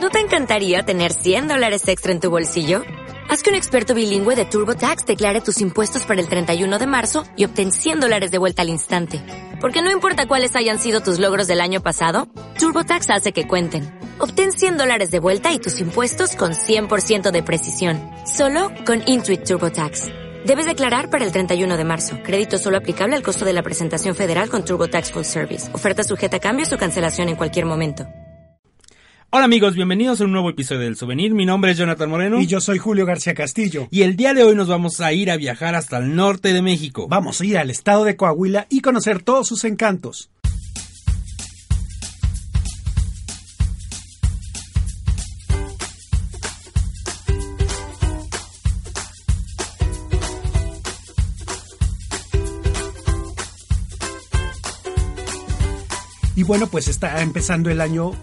¿No te encantaría tener $100 extra en tu bolsillo? Haz que un experto bilingüe de TurboTax declare tus impuestos para el 31 de marzo y obtén $100 de vuelta al instante. Porque no importa cuáles hayan sido tus logros del año pasado, TurboTax hace que cuenten. Obtén $100 de vuelta y tus impuestos con 100% de precisión. Solo con Intuit TurboTax. Debes declarar para el 31 de marzo. Crédito solo aplicable al costo de la presentación federal con TurboTax Full Service. Oferta sujeta a cambios o cancelación en cualquier momento. Hola amigos, bienvenidos a un nuevo episodio del Souvenir. Mi nombre es Jonathan Moreno. Y yo soy Julio García Castillo. Y el día de hoy nos vamos a ir a viajar hasta el norte de México. Vamos a ir al estado de Coahuila y conocer todos sus encantos. Y bueno, pues está empezando el año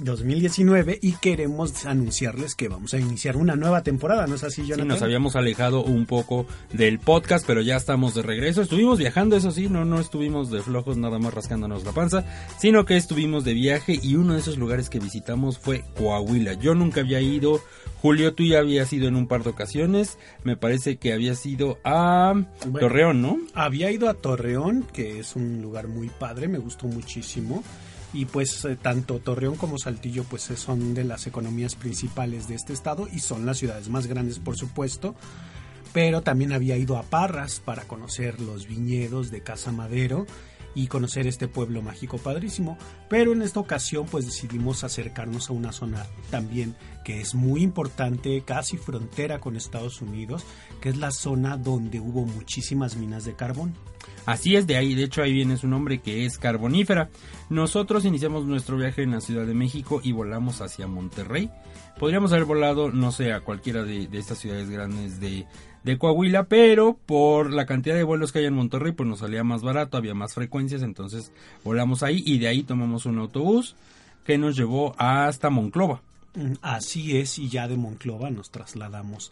2019 y queremos anunciarles que vamos a iniciar una nueva temporada, ¿no es así, Jonathan? Sí, nos habíamos alejado un poco del podcast, pero ya estamos de regreso. Estuvimos viajando, eso sí, no estuvimos de flojos nada más rascándonos la panza, sino que estuvimos de viaje y uno de esos lugares que visitamos fue Coahuila. Yo nunca había ido. Julio, tú ya habías ido en un par de ocasiones, me parece que habías ido a Torreón, ¿no? Había ido a Torreón, que es un lugar muy padre, me gustó muchísimo. Y pues tanto Torreón como Saltillo pues son de las economías principales de este estado y son las ciudades más grandes, por supuesto. Pero también había ido a Parras para conocer los viñedos de Casa Madero y conocer este pueblo mágico padrísimo. Pero en esta ocasión pues decidimos acercarnos a una zona también que es muy importante, casi frontera con Estados Unidos, que es la zona donde hubo muchísimas minas de carbón. Así es, de hecho ahí viene su nombre, que es carbonífera. Nosotros iniciamos nuestro viaje en la Ciudad de México y volamos hacia Monterrey. Podríamos haber volado, no sé, a cualquiera de estas ciudades grandes de Coahuila, pero por la cantidad de vuelos que hay en Monterrey, pues nos salía más barato, había más frecuencias, entonces volamos ahí y de ahí tomamos un autobús que nos llevó hasta Monclova. Así es, y ya de Monclova nos trasladamos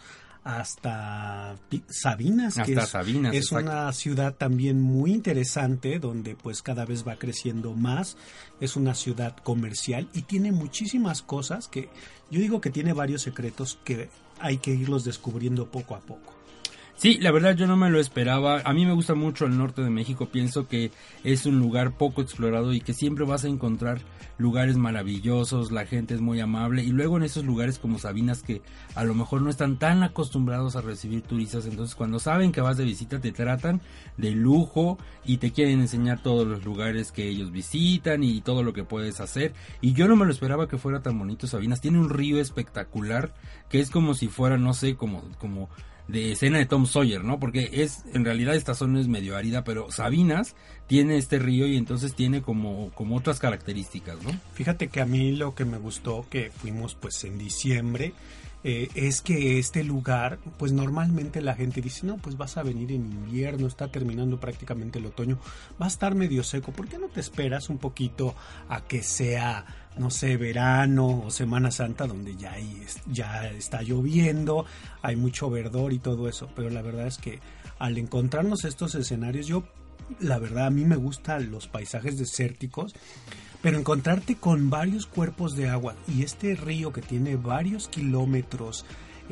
hasta Sabinas, que es una ciudad también muy interesante, donde pues cada vez va creciendo más. Es una ciudad comercial y tiene muchísimas cosas que yo digo que tiene varios secretos que hay que irlos descubriendo poco a poco. Sí, la verdad yo no me lo esperaba. A mí me gusta mucho el norte de México. Pienso que es un lugar poco explorado y que siempre vas a encontrar lugares maravillosos. La gente es muy amable. Y luego en esos lugares como Sabinas, que a lo mejor no están tan acostumbrados a recibir turistas. Entonces cuando saben que vas de visita te tratan de lujo y te quieren enseñar todos los lugares que ellos visitan y todo lo que puedes hacer. Y yo no me lo esperaba que fuera tan bonito Sabinas. Tiene un río espectacular que es como si fuera, no sé, como de escena de Tom Sawyer, ¿no? Porque en realidad esta zona es medio árida, pero Sabinas tiene este río y entonces tiene como otras características, ¿no? Fíjate que a mí lo que me gustó, que fuimos pues en diciembre, es que este lugar, pues normalmente la gente dice, no, pues vas a venir en invierno, está terminando prácticamente el otoño, va a estar medio seco, ¿por qué no te esperas un poquito a que sea, no sé, verano o Semana Santa, donde ya está lloviendo, hay mucho verdor y todo eso? Pero la verdad es que al encontrarnos estos escenarios, la verdad a mí me gustan los paisajes desérticos, pero encontrarte con varios cuerpos de agua y este río que tiene varios kilómetros,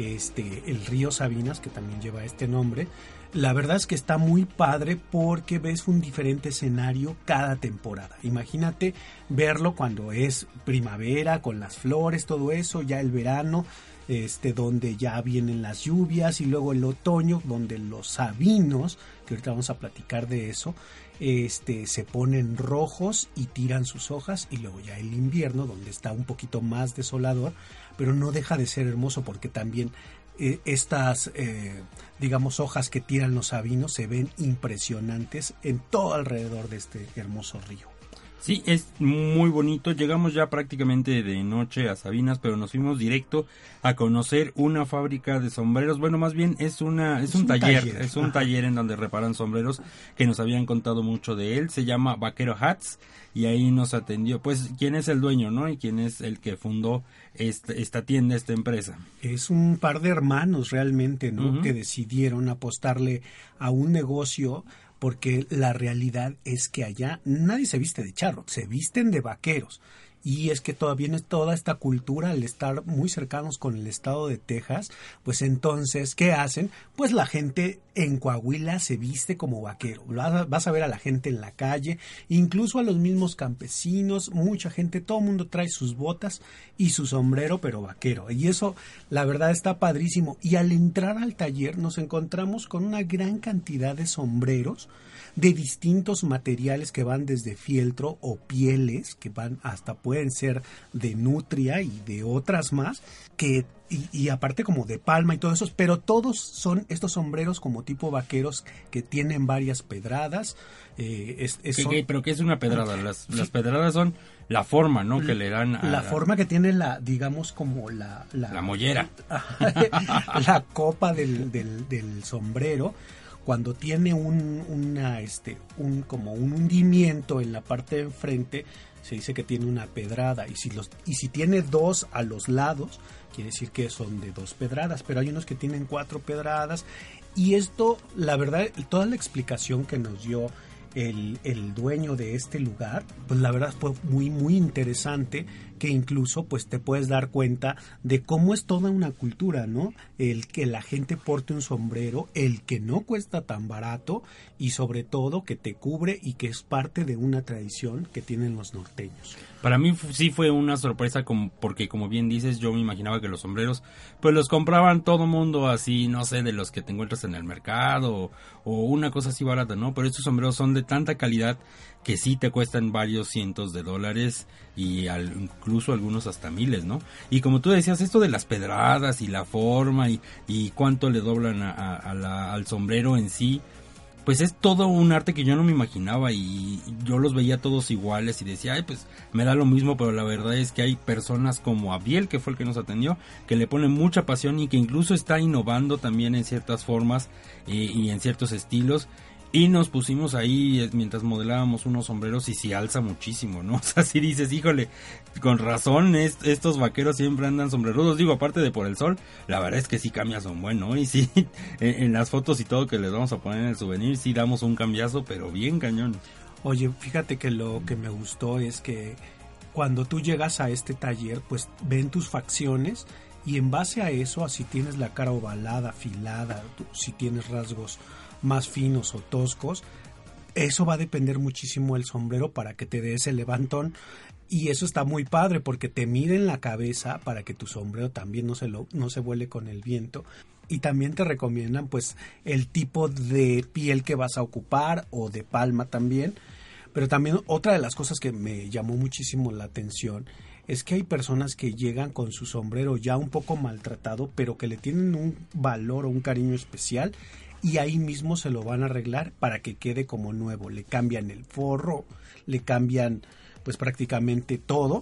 el río Sabinas, que también lleva este nombre, la verdad es que está muy padre porque ves un diferente escenario cada temporada. Imagínate verlo cuando es primavera, con las flores, todo eso, ya el verano, donde ya vienen las lluvias, y luego el otoño, donde los sabinos, que ahorita vamos a platicar de eso, se ponen rojos y tiran sus hojas, y luego ya el invierno, donde está un poquito más desolador, pero no deja de ser hermoso porque también estas digamos hojas que tiran los sabinos se ven impresionantes en todo alrededor de este hermoso río. Sí, es muy bonito. Llegamos ya prácticamente de noche a Sabinas, pero nos fuimos directo a conocer una fábrica de sombreros. Bueno, más bien es un taller. Es un taller en donde reparan sombreros, que nos habían contado mucho de él. Se llama Vaquero Hats y ahí nos atendió, pues, quién es el dueño, ¿no? Y quién es el que fundó esta tienda, esta empresa. Es un par de hermanos realmente, ¿no? Uh-huh. Que decidieron apostarle a un negocio, porque la realidad es que allá nadie se viste de charro, se visten de vaqueros. y es que todavía es toda esta cultura al estar muy cercanos con el estado de Texas, pues entonces, ¿qué hacen? Pues la gente en Coahuila se viste como vaquero. Vas a ver a la gente en la calle, incluso a los mismos campesinos, mucha gente, todo el mundo trae sus botas y su sombrero, pero vaquero. Y eso, la verdad, está padrísimo. Y al entrar al taller nos encontramos con una gran cantidad de sombreros de distintos materiales que van desde fieltro o pieles, que van hasta pueden ser de nutria y de otras más, que y aparte como de palma y todo eso, pero todos son estos sombreros como tipo vaqueros que tienen varias pedradas. ¿Pero qué es una pedrada? Las pedradas son la forma, ¿no? Que le dan a la forma que tiene digamos como la mollera. La copa del sombrero. Cuando tiene como un hundimiento en la parte de enfrente, se dice que tiene una pedrada, y si tiene dos a los lados, quiere decir que son de 2 pedradas, pero hay unos que tienen 4 pedradas, y esto, la verdad, toda la explicación que nos dio el dueño de este lugar, pues la verdad fue muy muy interesante, que incluso pues te puedes dar cuenta de cómo es toda una cultura, ¿no? El que la gente porte un sombrero, el que no cuesta tan barato, y sobre todo que te cubre y que es parte de una tradición que tienen los norteños. Para mí sí fue una sorpresa, porque como bien dices, yo me imaginaba que los sombreros pues los compraban todo mundo así, no sé, de los que te encuentras en el mercado o una cosa así barata, ¿no? Pero estos sombreros son de tanta calidad que sí te cuestan varios cientos de dólares y incluso algunos hasta miles, ¿no? Y como tú decías, esto de las pedradas y la forma y cuánto le doblan al sombrero en sí, pues es todo un arte que yo no me imaginaba, y yo los veía todos iguales y decía, ay, pues me da lo mismo, pero la verdad es que hay personas como Abiel, que fue el que nos atendió, que le ponen mucha pasión y que incluso está innovando también en ciertas formas y en ciertos estilos. Y nos pusimos ahí mientras modelábamos unos sombreros y sí alza muchísimo, ¿no? O sea, si dices, híjole, con razón estos vaqueros siempre andan sombrerudos. Digo, aparte de por el sol, la verdad es que sí cambias un buen, ¿no? Y sí, en las fotos y todo que les vamos a poner en el souvenir, sí damos un cambiazo, pero bien cañón. Oye, fíjate que lo que me gustó es que cuando tú llegas a este taller, pues ven tus facciones, y en base a eso, si tienes la cara ovalada, afilada, si tienes rasgos más finos o toscos, eso va a depender muchísimo del sombrero para que te dé ese levantón, y eso está muy padre porque te miden la cabeza para que tu sombrero también no se vuele con el viento, y también te recomiendan pues el tipo de piel que vas a ocupar o de palma también. Pero también otra de las cosas que me llamó muchísimo la atención es que hay personas que llegan con su sombrero ya un poco maltratado, pero que le tienen un valor o un cariño especial, y ahí mismo se lo van a arreglar para que quede como nuevo. Le cambian el forro, le cambian pues prácticamente todo,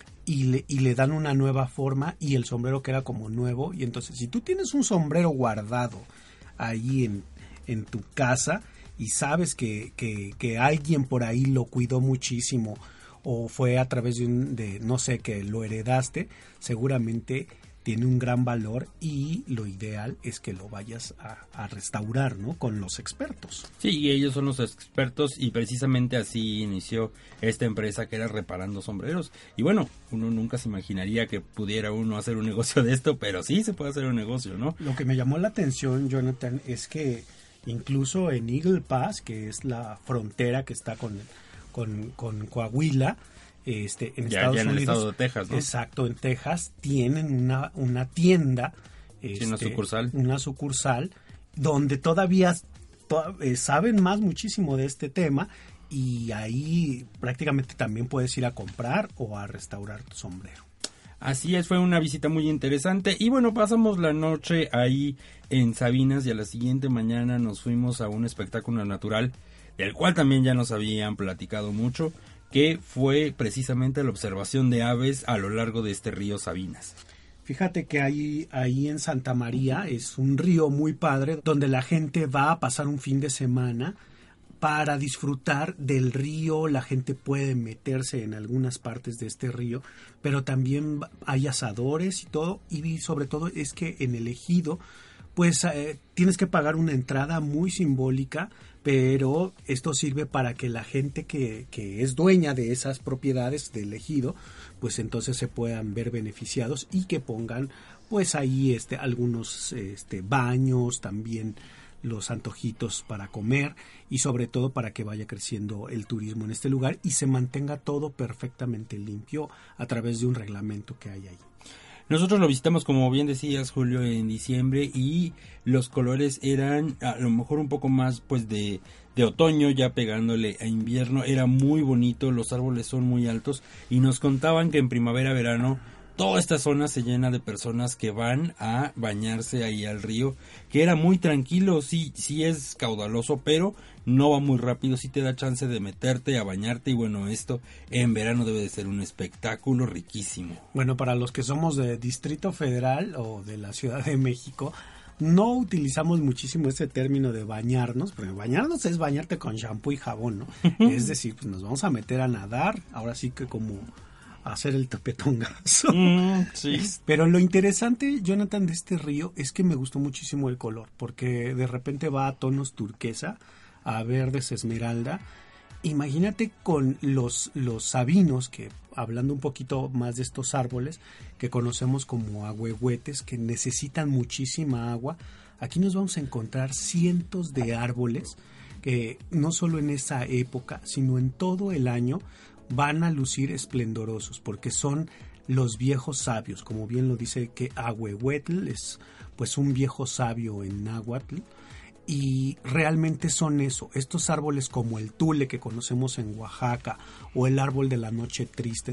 y le dan una nueva forma, y el sombrero queda como nuevo. Y entonces, si tú tienes un sombrero guardado ahí en tu casa y sabes que alguien por ahí lo cuidó muchísimo, o fue a través de no sé, que lo heredaste, seguramente tiene un gran valor, y lo ideal es que lo vayas a restaurar, ¿no? Con los expertos. Sí, y ellos son los expertos, y precisamente así inició esta empresa, que era reparando sombreros. Y bueno, uno nunca se imaginaría que pudiera uno hacer un negocio de esto, pero sí se puede hacer un negocio, ¿no? Lo que me llamó la atención, Jonathan, es que incluso en Eagle Pass, que es la frontera que está con Coahuila, en Estados Unidos, el estado de Texas, ¿no? Exacto, en Texas tienen una tienda, una sucursal donde todavía saben muchísimo de este tema, y ahí prácticamente también puedes ir a comprar o a restaurar tu sombrero. Así es, fue una visita muy interesante, y bueno, pasamos la noche ahí en Sabinas, y a la siguiente mañana nos fuimos a un espectáculo natural, del cual también ya nos habían platicado mucho, que fue precisamente la observación de aves a lo largo de este río Sabinas. Fíjate que ahí en Santa María es un río muy padre, donde la gente va a pasar un fin de semana para disfrutar del río. La gente puede meterse en algunas partes de este río, pero también hay asadores y todo, y sobre todo es que en el ejido pues tienes que pagar una entrada muy simbólica, pero esto sirve para que la gente que es dueña de esas propiedades del ejido, pues entonces se puedan ver beneficiados y que pongan pues ahí algunos baños, también los antojitos para comer y sobre todo para que vaya creciendo el turismo en este lugar y se mantenga todo perfectamente limpio a través de un reglamento que hay ahí. Nosotros lo visitamos, como bien decías, Julio, en diciembre, y los colores eran a lo mejor un poco más pues de otoño, ya pegándole a invierno. Era muy bonito, los árboles son muy altos y nos contaban que en primavera, verano, toda esta zona se llena de personas que van a bañarse ahí al río, que era muy tranquilo, sí es caudaloso, pero no va muy rápido, sí te da chance de meterte a bañarte, y bueno, esto en verano debe de ser un espectáculo riquísimo. Bueno, para los que somos de Distrito Federal o de la Ciudad de México, no utilizamos muchísimo ese término de bañarnos, porque bañarnos es bañarte con shampoo y jabón, ¿no? Es decir, pues nos vamos a meter a nadar, ahora sí que como hacer el tapetongazo. Sí. Pero lo interesante, Jonathan, de este río es que me gustó muchísimo el color, porque de repente va a tonos turquesa, a verdes esmeralda. Imagínate con los sabinos, que hablando un poquito más de estos árboles que conocemos como ahuehuetes, que necesitan muchísima agua. Aquí nos vamos a encontrar cientos de árboles que no solo en esa época, sino en todo el año van a lucir esplendorosos, porque son los viejos sabios, como bien lo dice que ahuehuetl es pues un viejo sabio en náhuatl. Y realmente son eso, estos árboles como el tule que conocemos en Oaxaca, o el árbol de la noche triste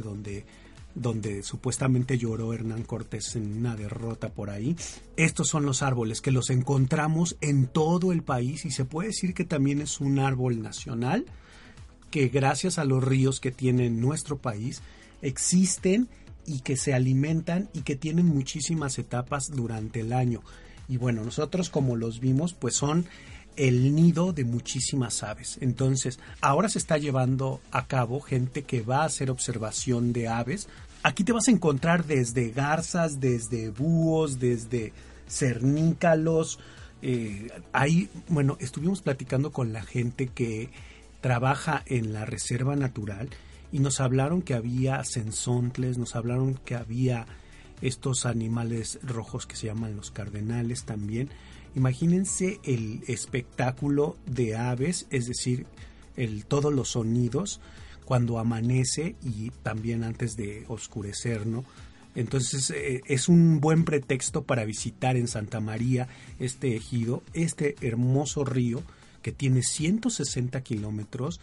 donde supuestamente lloró Hernán Cortés en una derrota por ahí. Estos son los árboles que los encontramos en todo el país, y se puede decir que también es un árbol nacional, que gracias a los ríos que tiene nuestro país existen y que se alimentan y que tienen muchísimas etapas durante el año. Y bueno, nosotros como los vimos, pues son el nido de muchísimas aves. Entonces, ahora se está llevando a cabo gente que va a hacer observación de aves. Aquí te vas a encontrar desde garzas, desde búhos, desde cernícalos. Ahí, bueno, estuvimos platicando con la gente que trabaja en la reserva natural y nos hablaron que había cenzontles, nos hablaron que había estos animales rojos que se llaman los cardenales también. Imagínense el espectáculo de aves, es decir, todos los sonidos cuando amanece y también antes de oscurecer, ¿no? Entonces es un buen pretexto para visitar en Santa María este ejido, este hermoso río que tiene 160 kilómetros,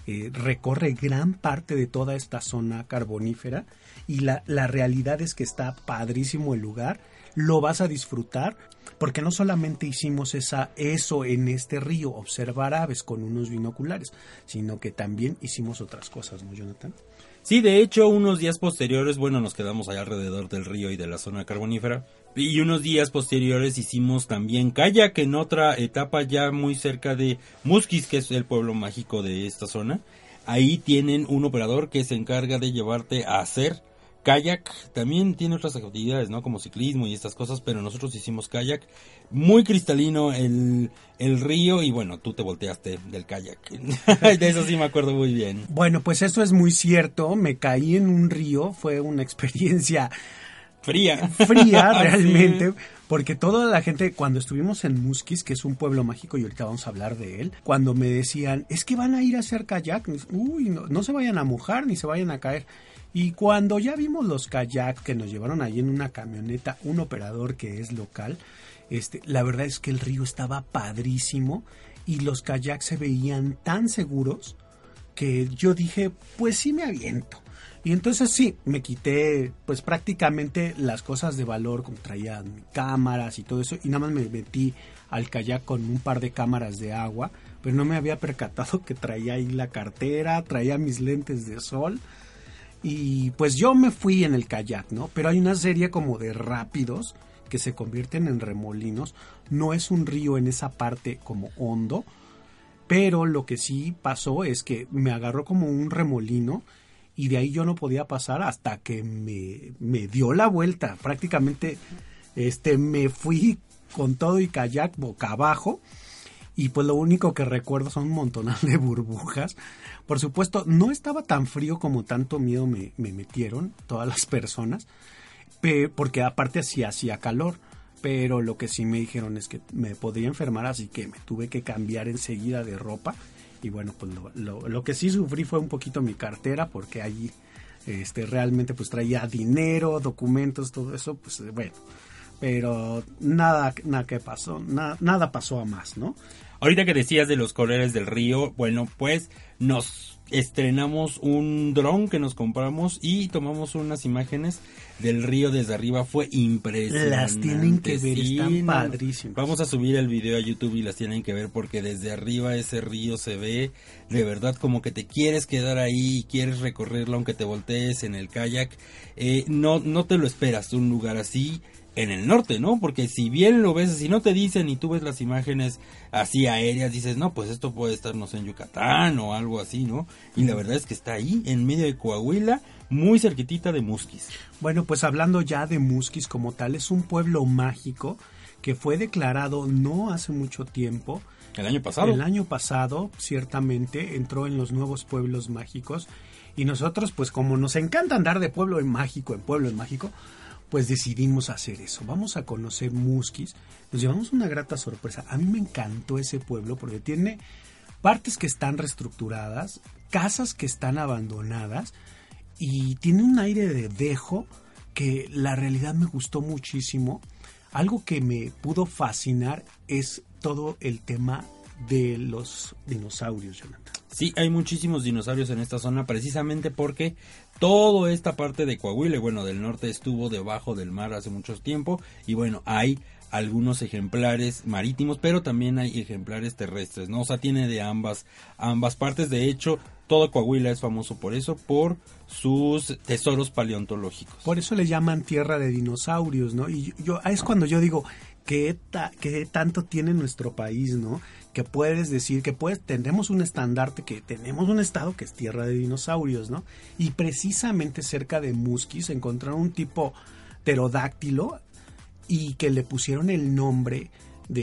recorre gran parte de toda esta zona carbonífera, y la realidad es que está padrísimo el lugar, lo vas a disfrutar, porque no solamente hicimos eso en este río, observar aves con unos binoculares, sino que también hicimos otras cosas, ¿no, Jonathan? Sí, de hecho, unos días posteriores, bueno, nos quedamos allá alrededor del río y de la zona carbonífera, y unos días posteriores hicimos también kayak en otra etapa ya muy cerca de Musquis, que es el pueblo mágico de esta zona. Ahí tienen un operador que se encarga de llevarte a hacer kayak. También tiene otras actividades, ¿no? Como ciclismo y estas cosas, pero nosotros hicimos kayak. Muy cristalino el río, y bueno, tú te volteaste del kayak. De eso sí me acuerdo muy bien. Bueno, pues eso es muy cierto. Me caí en un río, fue una experiencia fría realmente, sí. Porque toda la gente, cuando estuvimos en Musquis, que es un pueblo mágico y ahorita vamos a hablar de él, cuando me decían, es que van a ir a hacer kayak, no se vayan a mojar ni se vayan a caer. Y cuando ya vimos los kayaks que nos llevaron ahí en una camioneta, un operador que es local, la verdad es que el río estaba padrísimo y los kayaks se veían tan seguros que yo dije, pues sí me aviento. Y entonces sí, me quité pues prácticamente las cosas de valor, como traía cámaras y todo eso, y nada más me metí al kayak con un par de cámaras de agua, pero no me había percatado que traía ahí la cartera, traía mis lentes de sol, y pues yo me fui en el kayak, ¿no? Pero hay una serie como de rápidos que se convierten en remolinos. No es un río en esa parte como hondo, pero lo que sí pasó es que me agarró como un remolino, y de ahí yo no podía pasar hasta que me dio la vuelta. Prácticamente me fui con todo y kayak boca abajo, y pues lo único que recuerdo son un montonal de burbujas. Por supuesto, no estaba tan frío como tanto miedo me metieron todas las personas, porque aparte sí hacía calor, pero lo que sí me dijeron es que me podría enfermar, así que me tuve que cambiar enseguida de ropa. Y bueno, pues lo que sí sufrí fue un poquito mi cartera, porque allí realmente pues traía dinero, documentos, todo eso, pues bueno, pero nada que pasó, nada pasó a más, ¿no? Ahorita que decías de los colores del río, bueno, pues nos estrenamos un dron que nos compramos y tomamos unas imágenes del río desde arriba. Fue impresionante. Las tienen que ver, sí, están padrísimas. Vamos a subir el video a YouTube y las tienen que ver, porque desde arriba ese río se ve de verdad como que te quieres quedar ahí y quieres recorrerlo aunque te voltees en el kayak. No te lo esperas, un lugar así en el norte, ¿no? Porque si bien lo ves, si no te dicen y tú ves las imágenes así aéreas, dices, no, pues esto puede estar, no sé, en Yucatán o algo así, ¿no? Y la verdad es que está ahí, en medio de Coahuila, muy cerquitita de Musquis. Bueno, pues hablando ya de Musquis como tal, es un pueblo mágico que fue declarado no hace mucho tiempo. ¿El año pasado? El año pasado, ciertamente, entró en los nuevos pueblos mágicos. Y nosotros, pues como nos encanta andar de pueblo en mágico, pues decidimos hacer eso. Vamos a conocer Musquis. Nos llevamos una grata sorpresa. A mí me encantó ese pueblo porque tiene partes que están reestructuradas, casas que están abandonadas y tiene un aire de dejo que la realidad me gustó muchísimo. Algo que me pudo fascinar es todo el tema de los dinosaurios, Jonathan. Sí, hay muchísimos dinosaurios en esta zona precisamente porque toda esta parte de Coahuila, bueno, del norte estuvo debajo del mar hace mucho tiempo y bueno, hay algunos ejemplares marítimos, pero también hay ejemplares terrestres, ¿no? O sea, tiene de ambas partes. De hecho, todo Coahuila es famoso por eso, por sus tesoros paleontológicos. Por eso le llaman tierra de dinosaurios, ¿no? Y es cuando yo digo, ¿qué tanto tiene nuestro país, no? Que puedes decir que tenemos un estandarte, que tenemos un estado que es tierra de dinosaurios, ¿no? Y precisamente cerca de Musquis encontraron un tipo pterodáctilo y que le pusieron el nombre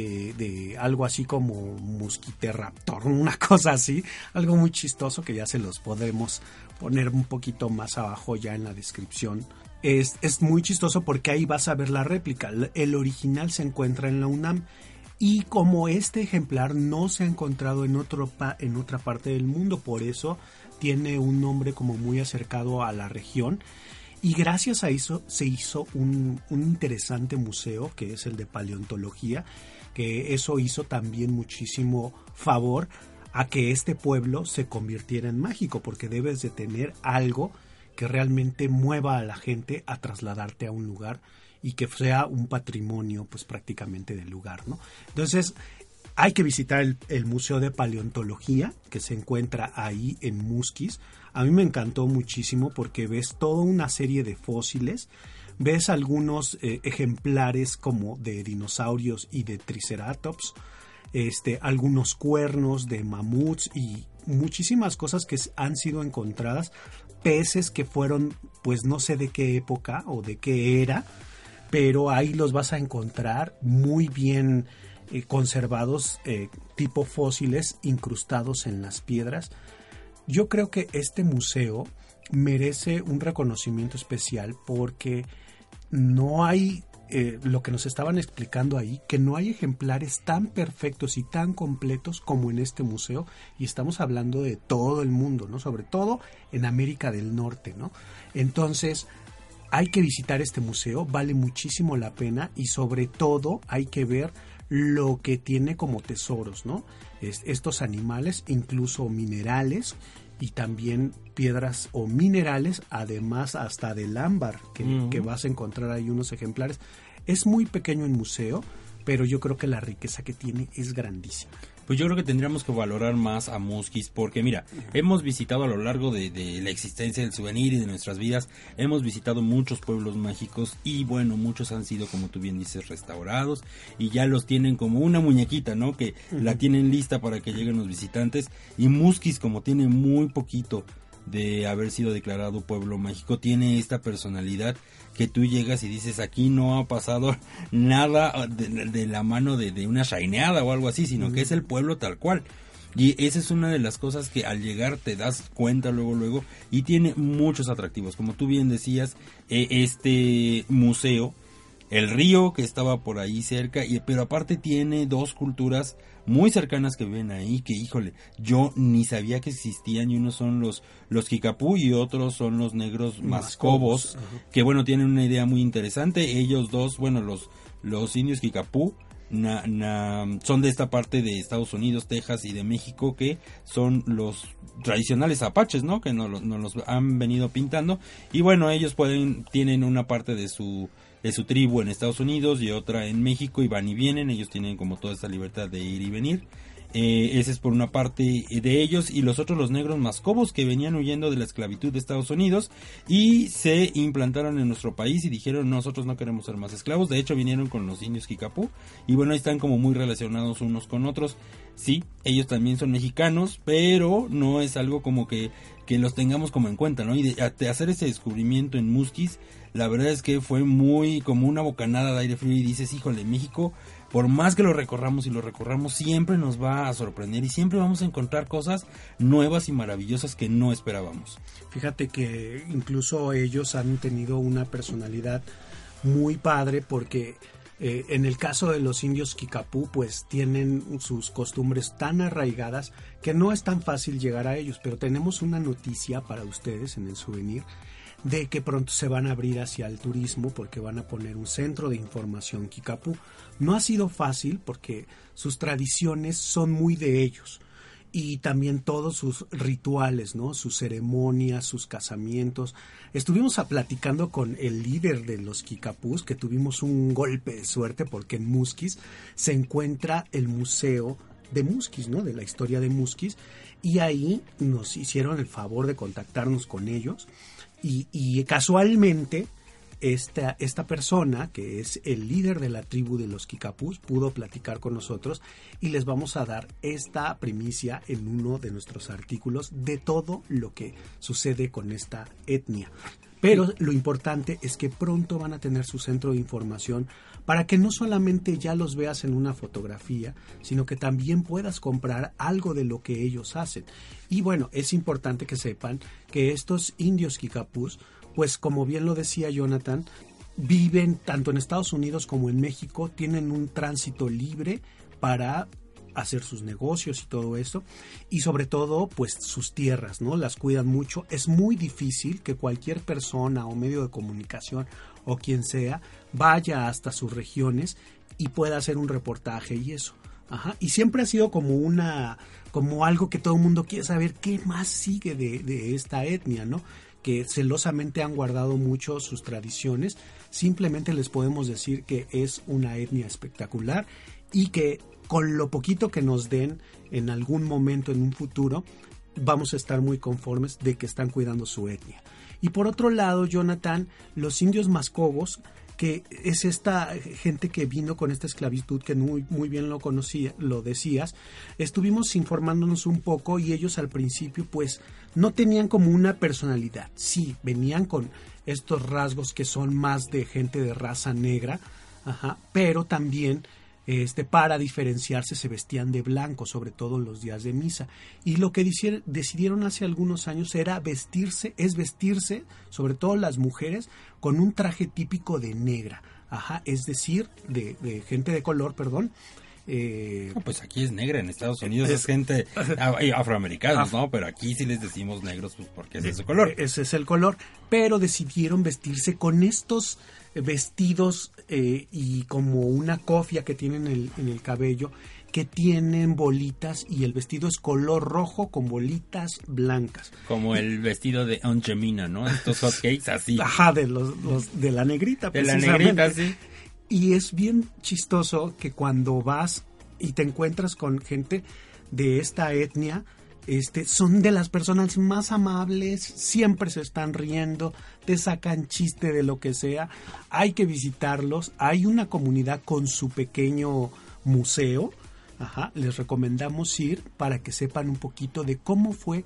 de algo así como Musquiterraptor, una cosa así, algo muy chistoso que ya se los podremos poner un poquito más abajo ya en la descripción. Es muy chistoso porque ahí vas a ver la réplica. El original se encuentra en la UNAM y como este ejemplar no se ha encontrado en otra parte del mundo, por eso tiene un nombre como muy acercado a la región. Y gracias a eso se hizo un interesante museo que es el de paleontología, que eso hizo también muchísimo favor a que este pueblo se convirtiera en mágico, porque debes de tener algo que realmente mueva a la gente a trasladarte a un lugar y que sea un patrimonio pues prácticamente del lugar, ¿no? Entonces hay que visitar el Museo de Paleontología que se encuentra ahí en Musquis. A mí me encantó muchísimo porque ves toda una serie de fósiles, ves algunos ejemplares como de dinosaurios y de triceratops, algunos cuernos de mamuts y muchísimas cosas que han sido encontradas, peces que fueron pues no sé de qué época o de qué era, pero ahí los vas a encontrar muy bien conservados, tipo fósiles incrustados en las piedras. Yo creo que este museo merece un reconocimiento especial porque no hay, lo que nos estaban explicando ahí, que no hay ejemplares tan perfectos y tan completos como en este museo, y estamos hablando de todo el mundo, ¿no? Sobre todo en América del Norte, ¿no? Entonces hay que visitar este museo, vale muchísimo la pena y sobre todo hay que ver lo que tiene como tesoros, ¿no? Estos animales, incluso minerales y también piedras o minerales, además hasta del ámbar, que vas a encontrar ahí unos ejemplares. Es muy pequeño el museo, pero yo creo que la riqueza que tiene es grandísima. Pues yo creo que tendríamos que valorar más a Musquis porque mira, hemos visitado a lo largo de la existencia del souvenir y de nuestras vidas, hemos visitado muchos pueblos mágicos y bueno, muchos han sido, como tú bien dices, restaurados y ya los tienen como una muñequita, ¿no? Que la tienen lista para que lleguen los visitantes, y Musquis, como tiene muy poquito de haber sido declarado pueblo mágico, tiene esta personalidad que tú llegas y dices, aquí no ha pasado nada de la mano de una shineada o algo así, sino que es el pueblo tal cual. Y esa es una de las cosas que al llegar te das cuenta luego, y tiene muchos atractivos. Como tú bien decías, este museo, el río que estaba por ahí cerca, pero aparte tiene dos culturas muy cercanas que viven ahí, que híjole, yo ni sabía que existían, y unos son los Kicapú y otros son los negros Mascobos, que bueno, tienen una idea muy interesante. Ellos dos, bueno, los indios Kicapú son de esta parte de Estados Unidos, Texas y de México, que son los tradicionales apaches, ¿no? Que nos los han venido pintando, y bueno, ellos tienen una parte de su tribu en Estados Unidos y otra en México, y van y vienen. Ellos tienen como toda esta libertad de ir y venir. Ese es por una parte de ellos, y los otros, los negros Mascobos, que venían huyendo de la esclavitud de Estados Unidos y se implantaron en nuestro país y dijeron, nosotros no queremos ser más esclavos. De hecho vinieron con los indios Kicapú, y bueno, ahí están como muy relacionados unos con otros. Sí, ellos también son mexicanos, pero no es algo como que los tengamos como en cuenta, ¿no? Y de hacer ese descubrimiento en Musquis, la verdad es que fue muy como una bocanada de aire frío, y dices, híjole, México, por más que lo recorramos, siempre nos va a sorprender, y siempre vamos a encontrar cosas nuevas y maravillosas que no esperábamos. Fíjate que incluso ellos han tenido una personalidad muy padre, porque en el caso de los indios Kicapú, pues tienen sus costumbres tan arraigadas que no es tan fácil llegar a ellos. Pero tenemos una noticia para ustedes en el souvenir, de que pronto se van a abrir hacia el turismo, porque van a poner un centro de información Kicapú. No ha sido fácil, porque sus tradiciones son muy de ellos, y también todos sus rituales, ¿no? Sus ceremonias, sus casamientos. Estuvimos platicando con el líder de los Kicapús, que tuvimos un golpe de suerte, porque en Musquis se encuentra el museo de Musquis, ¿no? De la historia de Musquis, y ahí nos hicieron el favor de contactarnos con ellos, y casualmente esta persona, que es el líder de la tribu de los Kicapús, pudo platicar con nosotros, y les vamos a dar esta primicia en uno de nuestros artículos de todo lo que sucede con esta etnia. Pero lo importante es que pronto van a tener su centro de información, para que no solamente ya los veas en una fotografía, sino que también puedas comprar algo de lo que ellos hacen. Y bueno, es importante que sepan que estos indios Kicapús, pues como bien lo decía Jonathan, viven tanto en Estados Unidos como en México, tienen un tránsito libre para hacer sus negocios y todo esto, y sobre todo pues sus tierras, ¿no? Las cuidan mucho. Es muy difícil que cualquier persona o medio de comunicación o quien sea vaya hasta sus regiones y pueda hacer un reportaje y eso. Y siempre ha sido como algo que todo el mundo quiere saber, qué más sigue de esta etnia, ¿no? Que celosamente han guardado mucho sus tradiciones. Simplemente les podemos decir que es una etnia espectacular, y que con lo poquito que nos den en algún momento en un futuro, vamos a estar muy conformes de que están cuidando su etnia. Y por otro lado, Jonathan, los indios Mascobos, que es esta gente que vino con esta esclavitud, que muy bien lo decías, estuvimos informándonos un poco, y ellos al principio pues no tenían como una personalidad. Sí, venían con estos rasgos que son más de gente de raza negra, pero también para diferenciarse se vestían de blanco, sobre todo en los días de misa. Y lo que decidieron hace algunos años era vestirse, sobre todo las mujeres, con un traje típico de negra. Es decir, de gente de color, perdón. Pues aquí es negra, en Estados Unidos es gente afroamericanos, ¿no? Pero aquí sí les decimos negros, pues porque ese es su color. Ese es el color, pero decidieron vestirse con estos vestidos y como una cofia que tienen en el cabello, que tienen bolitas, y el vestido es color rojo con bolitas blancas. Como el vestido de Aunt Jemima, ¿no? Estos hotcakes así. De la negrita. De la negrita, sí. Y es bien chistoso que cuando vas y te encuentras con gente de esta etnia, son de las personas más amables, siempre se están riendo, te sacan chiste de lo que sea. Hay que visitarlos. Hay una comunidad con su pequeño museo. Les recomendamos ir para que sepan un poquito de cómo fue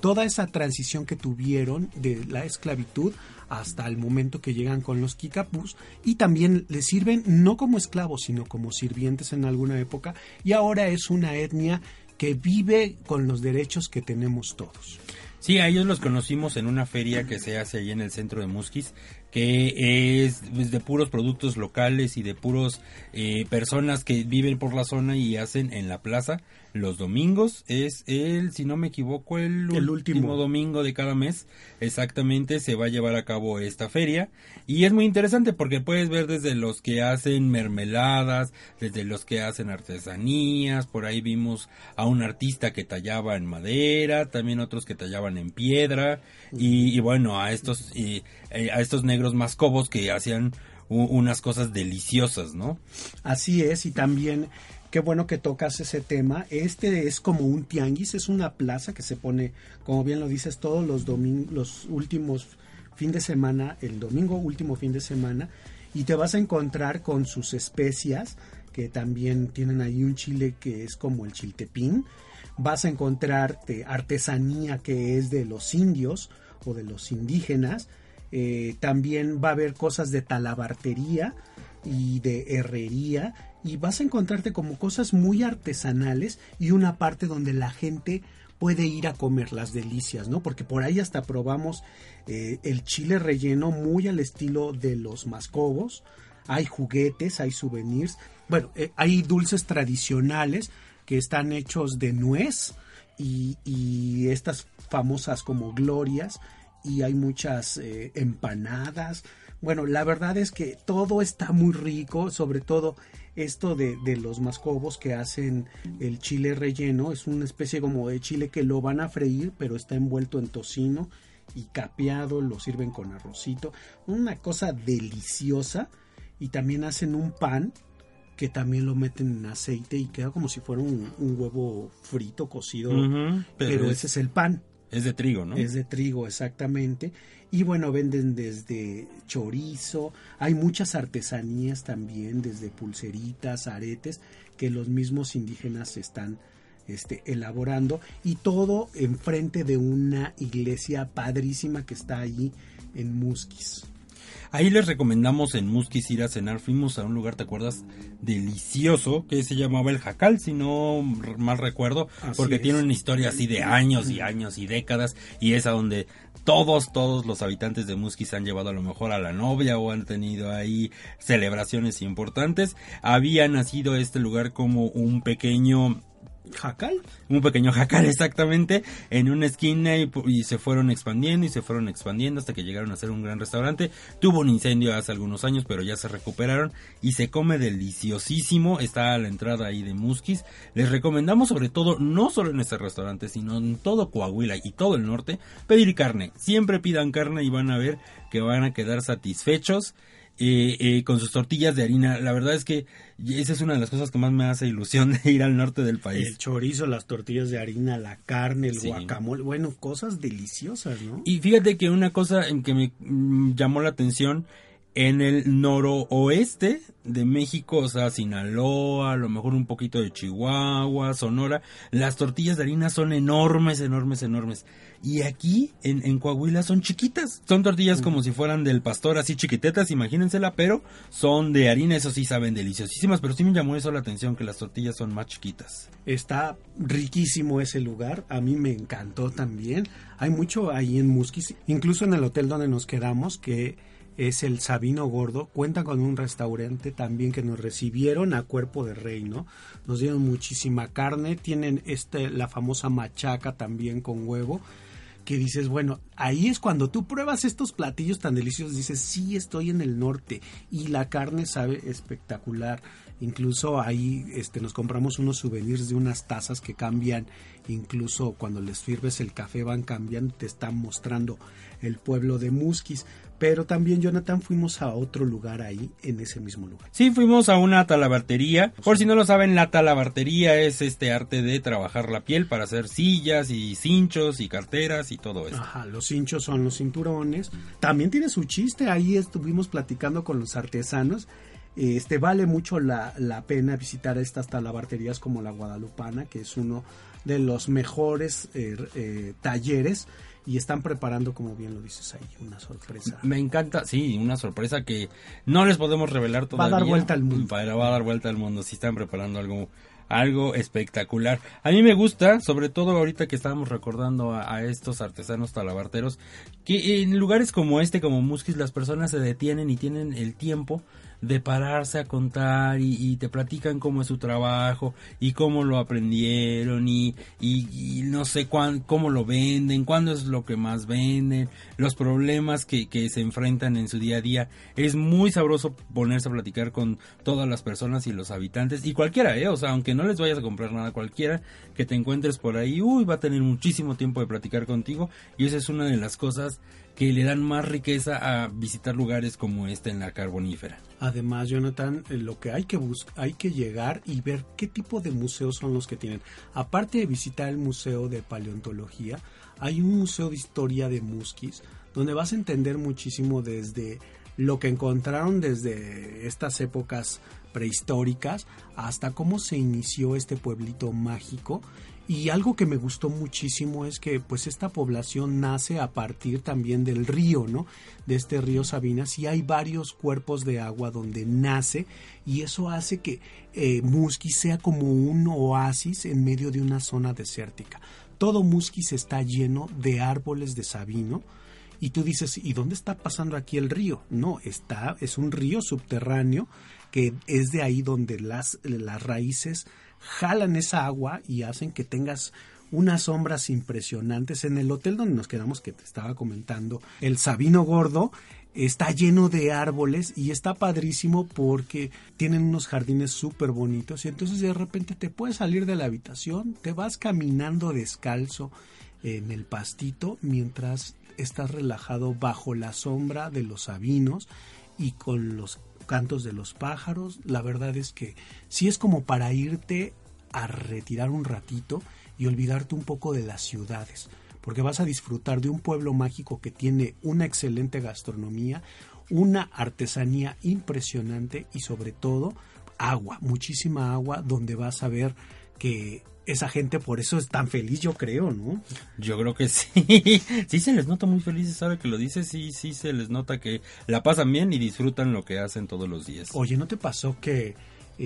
toda esa transición que tuvieron de la esclavitud hasta el momento que llegan con los Kicapús, y también les sirven no como esclavos, sino como sirvientes en alguna época, y ahora es una etnia que vive con los derechos que tenemos todos. Sí, a ellos los conocimos en una feria que se hace ahí en el centro de Musquis, que es de puros productos locales y de puros personas que viven por la zona y hacen en la plaza. Los domingos es si no me equivoco, el último domingo de cada mes, exactamente, se va a llevar a cabo esta feria, y es muy interesante porque puedes ver desde los que hacen mermeladas, desde los que hacen artesanías. Por ahí vimos a un artista que tallaba en madera, también otros que tallaban en piedra, y bueno, a estos negros mascobos que hacían unas cosas deliciosas, ¿no? Así es, y también qué bueno que tocas ese tema. Este es como un tianguis, es una plaza que se pone, como bien lo dices, todos los domingos, los últimos fin de semana, el domingo último fin de semana, y te vas a encontrar con sus especias, que también tienen ahí un chile que es como el chiltepín. Vas a encontrarte artesanía que es de los indios o de los indígenas. También va a haber cosas de talabartería y de herrería, y vas a encontrarte como cosas muy artesanales, y una parte donde la gente puede ir a comer las delicias, ¿no? Porque por ahí hasta probamos el chile relleno muy al estilo de los mascobos. Hay juguetes, hay souvenirs, bueno, hay dulces tradicionales que están hechos de nuez y estas famosas como glorias, y hay muchas empanadas. Bueno, la verdad es que todo está muy rico, sobre todo esto de los mascobos que hacen el chile relleno. Es una especie como de chile que lo van a freír, pero está envuelto en tocino y capeado, lo sirven con arrocito, una cosa deliciosa. Y también hacen un pan que también lo meten en aceite y queda como si fuera un huevo frito, cocido, pero ese es el pan. Es de trigo, ¿no? Es de trigo, exactamente. Y bueno, venden desde chorizo, hay muchas artesanías también, desde pulseritas, aretes, que los mismos indígenas están elaborando, y todo enfrente de una iglesia padrísima que está allí en Musquis. Ahí les recomendamos en Musquis ir a cenar. Fuimos a un lugar, ¿te acuerdas? Delicioso, que se llamaba El Jacal, si no mal recuerdo, porque tiene una historia así de años y años y décadas, y es a donde todos los habitantes de Musquis han llevado a lo mejor a la novia o han tenido ahí celebraciones importantes. Había nacido este lugar como un pequeño jacal. Un pequeño jacal, exactamente, en una esquina, y se fueron expandiendo hasta que llegaron a ser un gran restaurante. Tuvo un incendio hace algunos años, pero ya se recuperaron y se come deliciosísimo. Está a la entrada ahí de Musquis. Les recomendamos, sobre todo, no solo en este restaurante, sino en todo Coahuila y todo el norte, pedir carne. Siempre pidan carne y van a ver que van a quedar satisfechos. Con sus tortillas de harina. La verdad es que esa es una de las cosas que más me hace ilusión de ir al norte del país. El chorizo, las tortillas de harina, la carne, el guacamole, bueno, cosas deliciosas, ¿no? Y fíjate que una cosa en que me llamó la atención, en el noroeste de México, o sea, Sinaloa, a lo mejor un poquito de Chihuahua, Sonora, las tortillas de harina son enormes. Y aquí, en Coahuila, son chiquitas. Son tortillas como si fueran del pastor, así chiquitetas, imagínensela, pero son de harina, eso sí saben deliciosísimas. Pero sí me llamó eso la atención, que las tortillas son más chiquitas. Está riquísimo ese lugar, a mí me encantó también. Hay mucho ahí en Musquis, incluso en el hotel donde nos quedamos, que es el Sabino Gordo, cuenta con un restaurante también que nos recibieron a cuerpo de rey, ¿no? Nos dieron muchísima carne, tienen la famosa machaca también con huevo, que dices, bueno, ahí es cuando tú pruebas estos platillos tan deliciosos, dices, sí, estoy en el norte, y la carne sabe espectacular. Incluso ahí nos compramos unos souvenirs de unas tazas que cambian, incluso cuando les sirves el café van cambiando, te están mostrando el pueblo de Musquis. Pero también, Jonathan, fuimos a otro lugar ahí, en ese mismo lugar. Sí, fuimos a una talabartería. Por si no lo saben, la talabartería es este arte de trabajar la piel para hacer sillas y cinchos y carteras y todo eso. Ajá, los cinchos son los cinturones. También tiene su chiste, ahí estuvimos platicando con los artesanos, Vale mucho la pena visitar estas talabarterías como la Guadalupana, que es uno de los mejores talleres, y están preparando, como bien lo dices ahí, una sorpresa. Me encanta, sí, una sorpresa que no les podemos revelar todavía. Va a dar vuelta al mundo. Pero va a dar vuelta al mundo, si están preparando algo espectacular. A mí me gusta, sobre todo ahorita que estábamos recordando a estos artesanos talabarteros, que en lugares como como Musquis, las personas se detienen y tienen el tiempo de pararse a contar y te platican cómo es su trabajo y cómo lo aprendieron y no sé cómo lo venden, cuándo es lo que más venden, los problemas que se enfrentan en su día a día. Es muy sabroso ponerse a platicar con todas las personas y los habitantes, y cualquiera, o sea, aunque no les vayas a comprar nada, cualquiera que te encuentres por ahí, va a tener muchísimo tiempo de platicar contigo, y esa es una de las cosas que le dan más riqueza a visitar lugares como en la Carbonífera. Además, Jonathan, lo que hay que llegar y ver qué tipo de museos son los que tienen. Aparte de visitar el Museo de Paleontología, hay un Museo de Historia de Musquis, donde vas a entender muchísimo desde lo que encontraron desde estas épocas prehistóricas hasta cómo se inició este pueblito mágico. Y algo que me gustó muchísimo es que pues esta población nace a partir también del río, ¿no? De este río Sabinas, y hay varios cuerpos de agua donde nace, y eso hace que Musquis sea como un oasis en medio de una zona desértica. Todo Musquis está lleno de árboles de sabino, y tú dices, ¿y dónde está pasando aquí el río? No, es un río subterráneo que es de ahí donde las raíces jalan esa agua y hacen que tengas unas sombras impresionantes. En el hotel donde nos quedamos, que te estaba comentando, el Sabino Gordo, está lleno de árboles y está padrísimo porque tienen unos jardines súper bonitos, y entonces de repente te puedes salir de la habitación, te vas caminando descalzo en el pastito mientras estás relajado bajo la sombra de los sabinos y con los cantos de los pájaros. La verdad es que sí es como para irte a retirar un ratito y olvidarte un poco de las ciudades, porque vas a disfrutar de un pueblo mágico que tiene una excelente gastronomía, una artesanía impresionante y sobre todo agua, muchísima agua, donde vas a ver que esa gente por eso es tan feliz, yo creo, ¿no? Yo creo que sí. Sí se les nota muy felices ahora que lo dices, sí se les nota que la pasan bien y disfrutan lo que hacen todos los días. Oye, ¿no te pasó que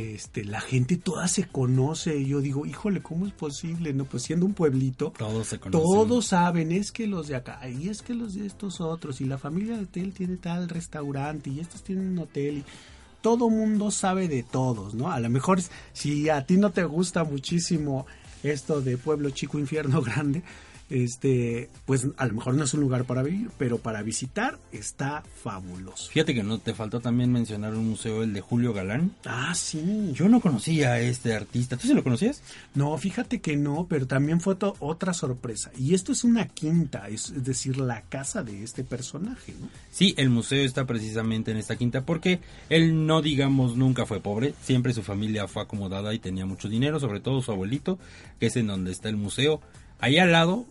la gente toda se conoce? Yo digo, híjole, ¿cómo es posible? No, pues siendo un pueblito, todos se conocen. Todos saben, es que los de acá, y es que los de estos otros, y la familia de hotel tiene tal restaurante, y estos tienen un hotel, y todo mundo sabe de todos, ¿no? A lo mejor si a ti no te gusta muchísimo esto de pueblo chico, infierno grande, pues a lo mejor no es un lugar para vivir, pero para visitar está fabuloso. Fíjate que no te faltó también mencionar un museo, el de Julio Galán. Ah, sí. Yo no conocía a este artista. ¿Tú sí lo conocías? No, fíjate que no, pero también fue otra sorpresa. Y esto es una quinta, es decir, la casa de este personaje, ¿no? Sí, el museo está precisamente en esta quinta porque él no, digamos, nunca fue pobre. Siempre su familia fue acomodada y tenía mucho dinero, sobre todo su abuelito, que es en donde está el museo. Ahí al lado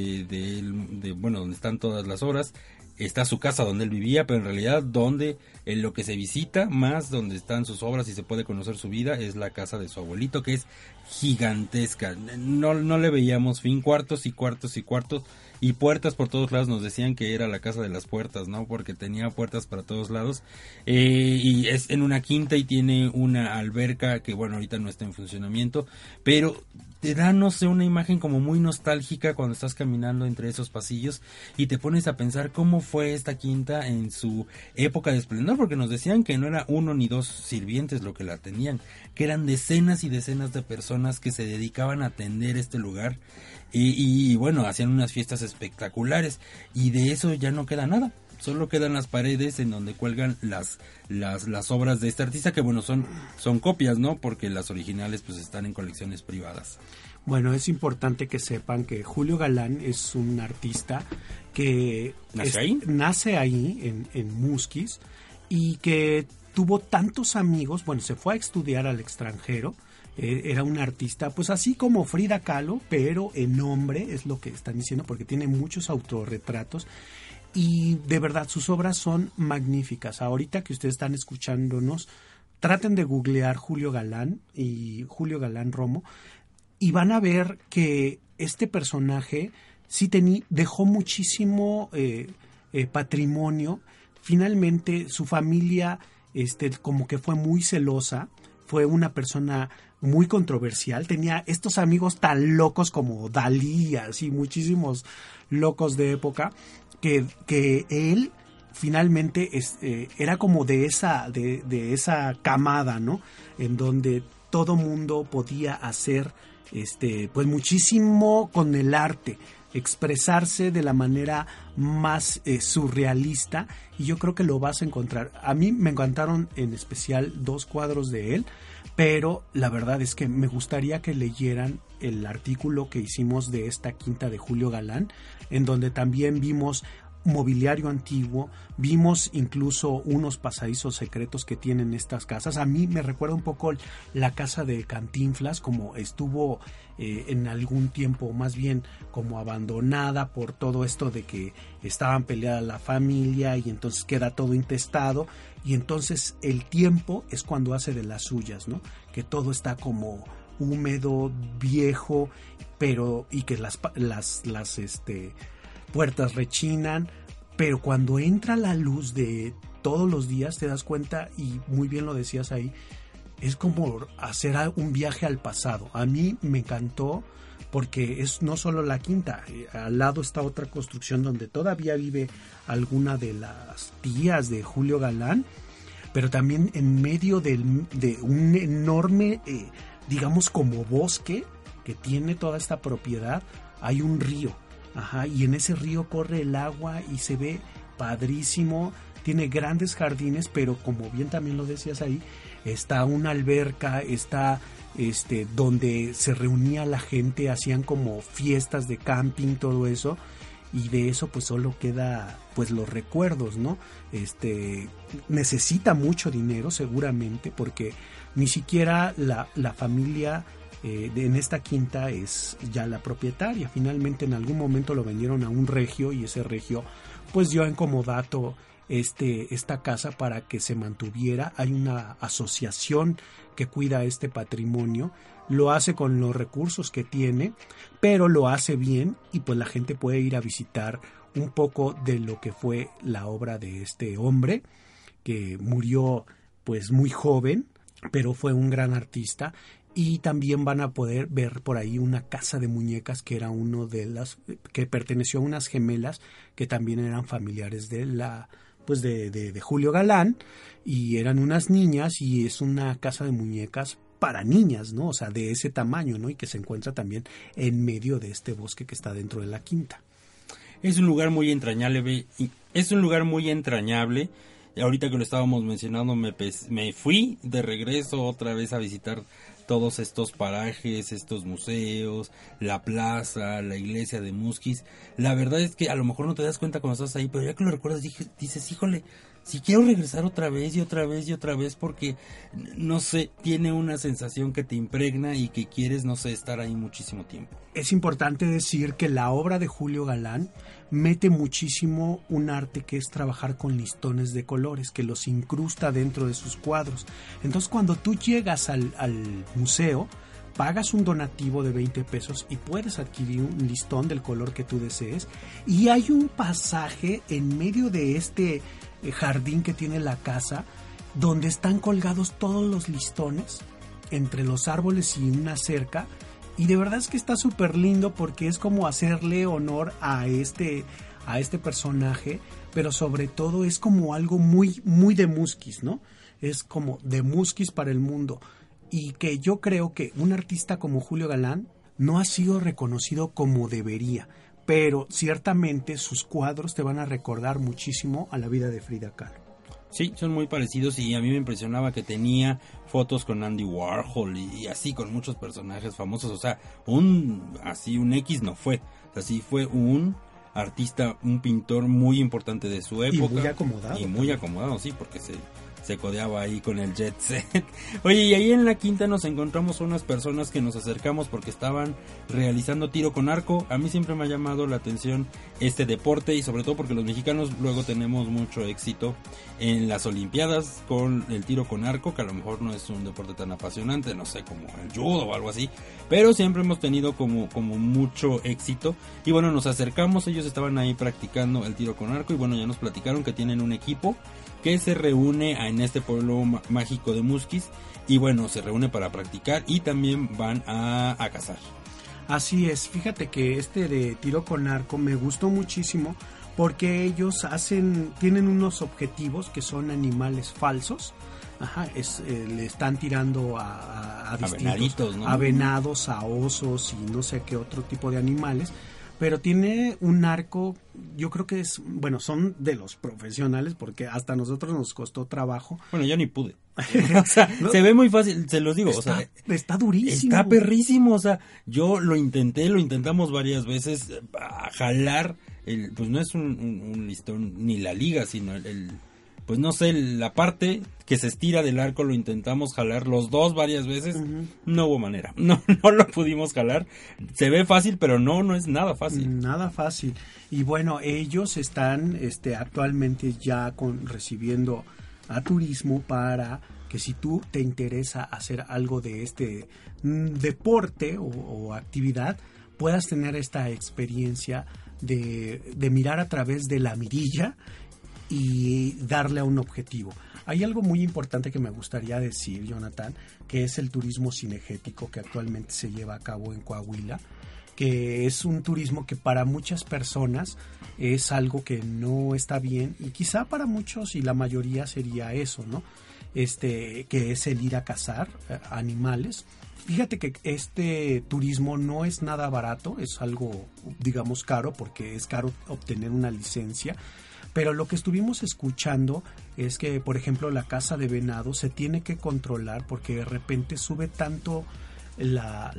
bueno, donde están todas las obras, está su casa donde él vivía, pero en realidad donde en lo que se visita más, donde están sus obras y se puede conocer su vida, es la casa de su abuelito, que es gigantesca. No le veíamos fin, cuartos y cuartos y cuartos, y puertas por todos lados. Nos decían que era la casa de las puertas, ¿no? Porque tenía puertas para todos lados, y es en una quinta y tiene una alberca que, bueno, ahorita no está en funcionamiento, pero te da, no sé, una imagen como muy nostálgica cuando estás caminando entre esos pasillos y te pones a pensar cómo fue esta quinta en su época de esplendor, porque nos decían que no era uno ni dos sirvientes lo que la tenían, que eran decenas y decenas de personas que se dedicaban a atender este lugar, y bueno, hacían unas fiestas espectaculares, y de eso ya no queda nada. Solo quedan las paredes en donde cuelgan las obras de este artista, que bueno, son copias, ¿no? Porque las originales pues están en colecciones privadas. Bueno, es importante que sepan que Julio Galán es un artista que nace ahí en Musquis, y que tuvo tantos amigos. Bueno, se fue a estudiar al extranjero. Era un artista, pues así como Frida Kahlo, pero en hombre, es lo que están diciendo, porque tiene muchos autorretratos. y de verdad sus obras son magníficas. Ahorita que ustedes están escuchándonos, traten de googlear Julio Galán y Julio Galán Romo y van a ver que este personaje sí dejó muchísimo patrimonio. Finalmente su familia como que fue muy celosa, fue una persona muy controversial, tenía estos amigos tan locos como Dalí, así muchísimos locos de época, que él finalmente era como de esa camada, ¿no? En donde todo mundo podía hacer pues muchísimo con el arte, expresarse de la manera más surrealista, y yo creo que lo vas a encontrar. A mí me encantaron en especial 2 cuadros de él, pero la verdad es que me gustaría que leyeran el artículo que hicimos de esta quinta de Julio Galán, en donde también vimos mobiliario antiguo, vimos incluso unos pasadizos secretos que tienen estas casas. A mí me recuerda un poco la casa de Cantinflas, como estuvo en algún tiempo más bien como abandonada por todo esto de que estaban peleadas la familia y entonces queda todo intestado, y entonces el tiempo es cuando hace de las suyas, ¿no? Que todo está como húmedo, viejo, pero y que las puertas rechinan, pero cuando entra la luz de todos los días te das cuenta, y muy bien lo decías ahí, es como hacer un viaje al pasado. A mí me encantó porque es no solo la quinta, al lado está otra construcción donde todavía vive alguna de las tías de Julio Galán, pero también en medio de un enorme, digamos como bosque que tiene toda esta propiedad, hay un río. Ajá, y en ese río corre el agua y se ve padrísimo, tiene grandes jardines, pero como bien también lo decías ahí, está una alberca, está donde se reunía la gente, hacían como fiestas de camping, todo eso, y de eso pues solo queda pues los recuerdos, ¿no? Necesita mucho dinero seguramente, porque ni siquiera la familia en esta quinta es ya la propietaria. Finalmente en algún momento lo vendieron a un regio, y ese regio pues dio en comodato esta casa para que se mantuviera. Hay una asociación que cuida este patrimonio, lo hace con los recursos que tiene, pero lo hace bien, y pues la gente puede ir a visitar un poco de lo que fue la obra de este hombre que murió pues muy joven, pero fue un gran artista. Y también van a poder ver por ahí una casa de muñecas que era uno de las que perteneció a unas gemelas que también eran familiares de de Julio Galán, y eran unas niñas, y es una casa de muñecas para niñas, ¿no? O sea, de ese tamaño, ¿no? Y que se encuentra también en medio de este bosque que está dentro de la quinta. Es un lugar muy entrañable, Ahorita que lo estábamos mencionando, me fui de regreso otra vez a visitar todos estos parajes, estos museos, la plaza, la iglesia de Musquis. La verdad es que a lo mejor no te das cuenta cuando estás ahí, pero ya que lo recuerdas dices, híjole, si quiero regresar otra vez y otra vez y otra vez, porque, no sé, tiene una sensación que te impregna y que quieres, no sé, estar ahí muchísimo tiempo. Es importante decir que la obra de Julio Galán mete muchísimo un arte que es trabajar con listones de colores, que los incrusta dentro de sus cuadros. Entonces cuando tú llegas al museo, pagas un donativo de 20 pesos y puedes adquirir un listón del color que tú desees, y hay un pasaje en medio de este jardín que tiene la casa donde están colgados todos los listones entre los árboles y una cerca, y de verdad es que está súper lindo porque es como hacerle honor a este personaje, pero sobre todo es como algo muy, muy de Musquis, ¿no? Es como de Musquis para el mundo, y que yo creo que un artista como Julio Galán no ha sido reconocido como debería, pero ciertamente sus cuadros te van a recordar muchísimo a la vida de Frida Kahlo. Sí, son muy parecidos, y a mí me impresionaba que tenía fotos con Andy Warhol y así con muchos personajes famosos. O sea, un X no fue, o sea, sí fue un artista, un pintor muy importante de su época. Y muy acomodado. Y muy acomodado, sí, porque se codeaba ahí con el jet set. Oye, y ahí en la quinta nos encontramos unas personas que nos acercamos porque estaban realizando tiro con arco. A mí siempre me ha llamado la atención este deporte y sobre todo porque los mexicanos luego tenemos mucho éxito en las olimpiadas con el tiro con arco, que a lo mejor no es un deporte tan apasionante, no sé, como el judo o algo así, pero siempre hemos tenido como mucho éxito. Y bueno, nos acercamos, ellos estaban ahí practicando el tiro con arco y bueno, ya nos platicaron que tienen un equipo que se reúne en este pueblo mágico de Musquis y bueno, se reúne para practicar y también van a cazar. Así es, fíjate que este de tiro con arco me gustó muchísimo porque ellos tienen unos objetivos que son animales falsos. Ajá, le están tirando a venaditos, ¿no? A venados, a osos y no sé qué otro tipo de animales. Pero tiene un arco, yo creo que son de los profesionales porque hasta a nosotros nos costó trabajo. Bueno, yo ni pude. O sea, no, se ve muy fácil, se los digo. Está durísimo. Está perrísimo, o sea, yo lo intentamos varias veces a jalar, pues no es un listón ni la liga, sino pues no sé, la parte que se estira del arco lo intentamos jalar los dos varias veces, no hubo manera, no lo pudimos jalar, se ve fácil pero no es nada fácil. Nada fácil, y bueno, ellos están actualmente ya recibiendo a turismo para que si tú te interesa hacer algo de este deporte o actividad, puedas tener esta experiencia de mirar a través de la mirilla y darle a un objetivo. Hay algo muy importante que me gustaría decir, Jonathan, que es el turismo cinegético que actualmente se lleva a cabo en Coahuila, que es un turismo que para muchas personas es algo que no está bien y quizá para muchos y la mayoría sería eso, ¿no? Que es el ir a cazar animales. Fíjate que este turismo no es nada barato, es algo, digamos, caro porque es caro obtener una licencia. Pero lo que estuvimos escuchando es que, por ejemplo, la caza de venado se tiene que controlar porque de repente sube tanto la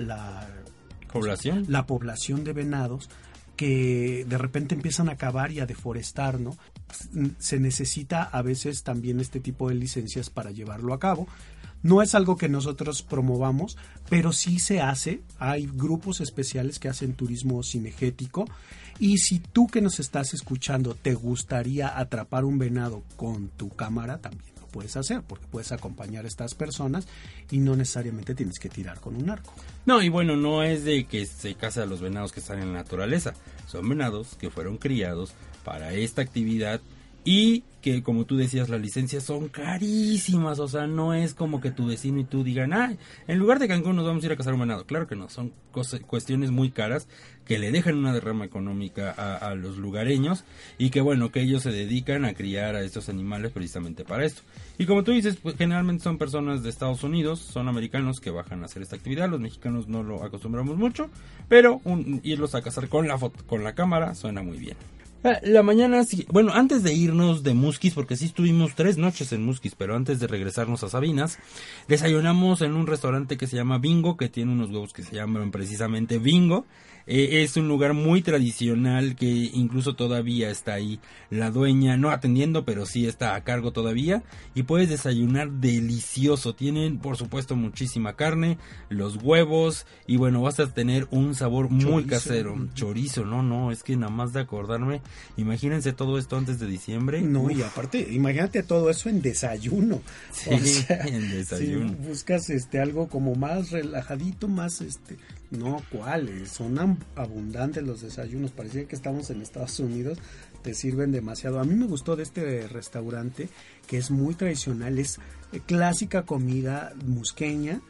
población de venados que de repente empiezan a acabar y a deforestar, ¿no? Se necesita a veces también este tipo de licencias para llevarlo a cabo. No es algo que nosotros promovamos, pero sí se hace. Hay grupos especiales que hacen turismo cinegético. Y si tú que nos estás escuchando te gustaría atrapar un venado con tu cámara, también lo puedes hacer, porque puedes acompañar a estas personas y no necesariamente tienes que tirar con un arco. No, y bueno, no es de que se caza a los venados que están en la naturaleza. Son venados que fueron criados para esta actividad y que, como tú decías, las licencias son carísimas. O sea, no es como que tu vecino y tú digan, en lugar de Cancún nos vamos a ir a cazar un venado. Claro que no, son cuestiones muy caras que le dejan una derrama económica a los lugareños y que bueno, que ellos se dedican a criar a estos animales precisamente para esto. Y como tú dices, pues generalmente son personas de Estados Unidos, son americanos que bajan a hacer esta actividad. Los mexicanos no lo acostumbramos mucho, pero irlos a cazar con la cámara suena muy bien. La mañana, bueno, antes de irnos de Musquis, porque sí estuvimos 3 noches en Musquis, pero antes de regresarnos a Sabinas, desayunamos en un restaurante que se llama Bingo, que tiene unos huevos que se llaman precisamente Bingo. Es un lugar muy tradicional que incluso todavía está ahí la dueña, no atendiendo, pero sí está a cargo todavía. Y puedes desayunar delicioso. Tienen, por supuesto, muchísima carne, los huevos y bueno, vas a tener un sabor muy casero. Chorizo, no, es que nada más de acordarme, imagínense todo esto antes de diciembre. No, y aparte, imagínate todo eso en desayuno. Sí, en desayuno. Si buscas algo como más relajadito, más no, ¿cuáles? Son abundantes los desayunos, parecía que estamos en Estados Unidos, te sirven demasiado. A mí me gustó de este restaurante, que es muy tradicional, es clásica comida musqueña,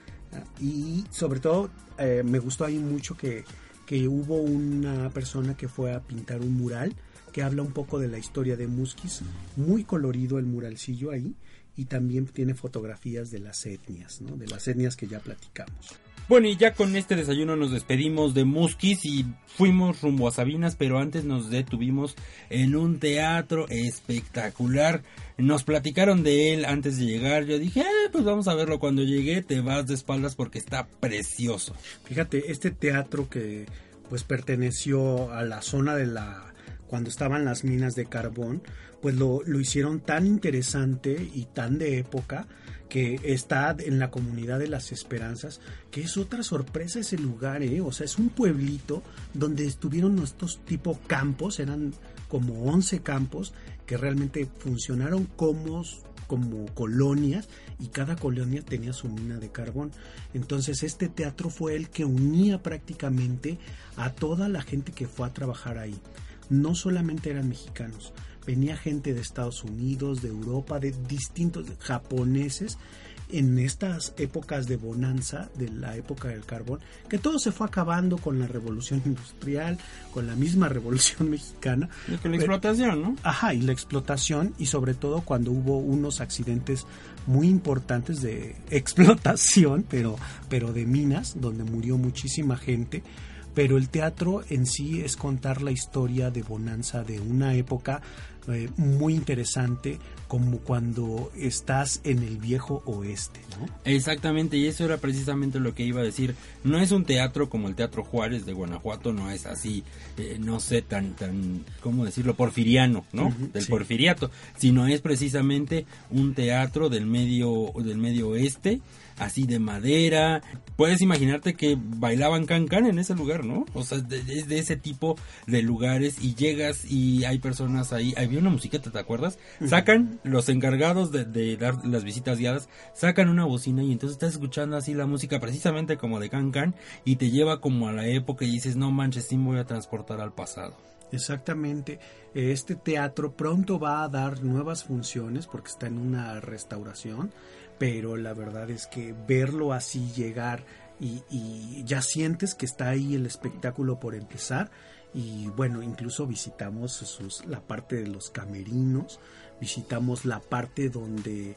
y sobre todo me gustó ahí mucho que hubo una persona que fue a pintar un mural que habla un poco de la historia de Musquis, muy colorido el muralcillo ahí, y también tiene fotografías de las etnias, ¿no? De las etnias que ya platicamos. Bueno, y ya con este desayuno nos despedimos de Musquis y fuimos rumbo a Sabinas, pero antes nos detuvimos en un teatro espectacular. Nos platicaron de él antes de llegar. Yo dije, pues vamos a verlo. Cuando llegué te vas de espaldas porque está precioso. Fíjate, este teatro que pues perteneció a la zona de la cuando estaban las minas de carbón, pues lo hicieron tan interesante y tan de época, que está en la comunidad de Las Esperanzas, que es otra sorpresa ese lugar, o sea, es un pueblito donde estuvieron estos tipo campos, eran como 11 campos que realmente funcionaron como colonias, y cada colonia tenía su mina de carbón. Entonces este teatro fue el que unía prácticamente a toda la gente que fue a trabajar ahí. No solamente eran mexicanos, venía gente de Estados Unidos, de Europa, de distintos japoneses, en estas épocas de bonanza, de la época del carbón, que todo se fue acabando con la revolución industrial, con la misma revolución mexicana. Y con la explotación, ¿no? Ajá, y la explotación, y sobre todo cuando hubo unos accidentes muy importantes de explotación, pero de minas, donde murió muchísima gente. Pero el teatro en sí es contar la historia de bonanza de una época muy interesante, como cuando estás en el viejo oeste, ¿no? Exactamente, y eso era precisamente lo que iba a decir. No es un teatro como el Teatro Juárez de Guanajuato, no es así, no sé, tan, ¿cómo decirlo? Porfiriano, ¿no? Del sí. Porfiriato, sino es precisamente un teatro del medio oeste, así de madera. Puedes imaginarte que bailaban can-can en ese lugar, ¿no? O sea, es de ese tipo de lugares, y llegas y hay personas ahí. Había una musiqueta, ¿te acuerdas? Sacan los encargados de dar las visitas guiadas, sacan una bocina y entonces estás escuchando así la música precisamente como de can-can, y te lleva como a la época y dices, no manches, sí me voy a transportar al pasado. Exactamente. Este teatro pronto va a dar nuevas funciones porque está en una restauración, pero la verdad es que verlo así llegar y ya sientes que está ahí el espectáculo por empezar. Y bueno, incluso visitamos la parte de los camerinos, visitamos la parte donde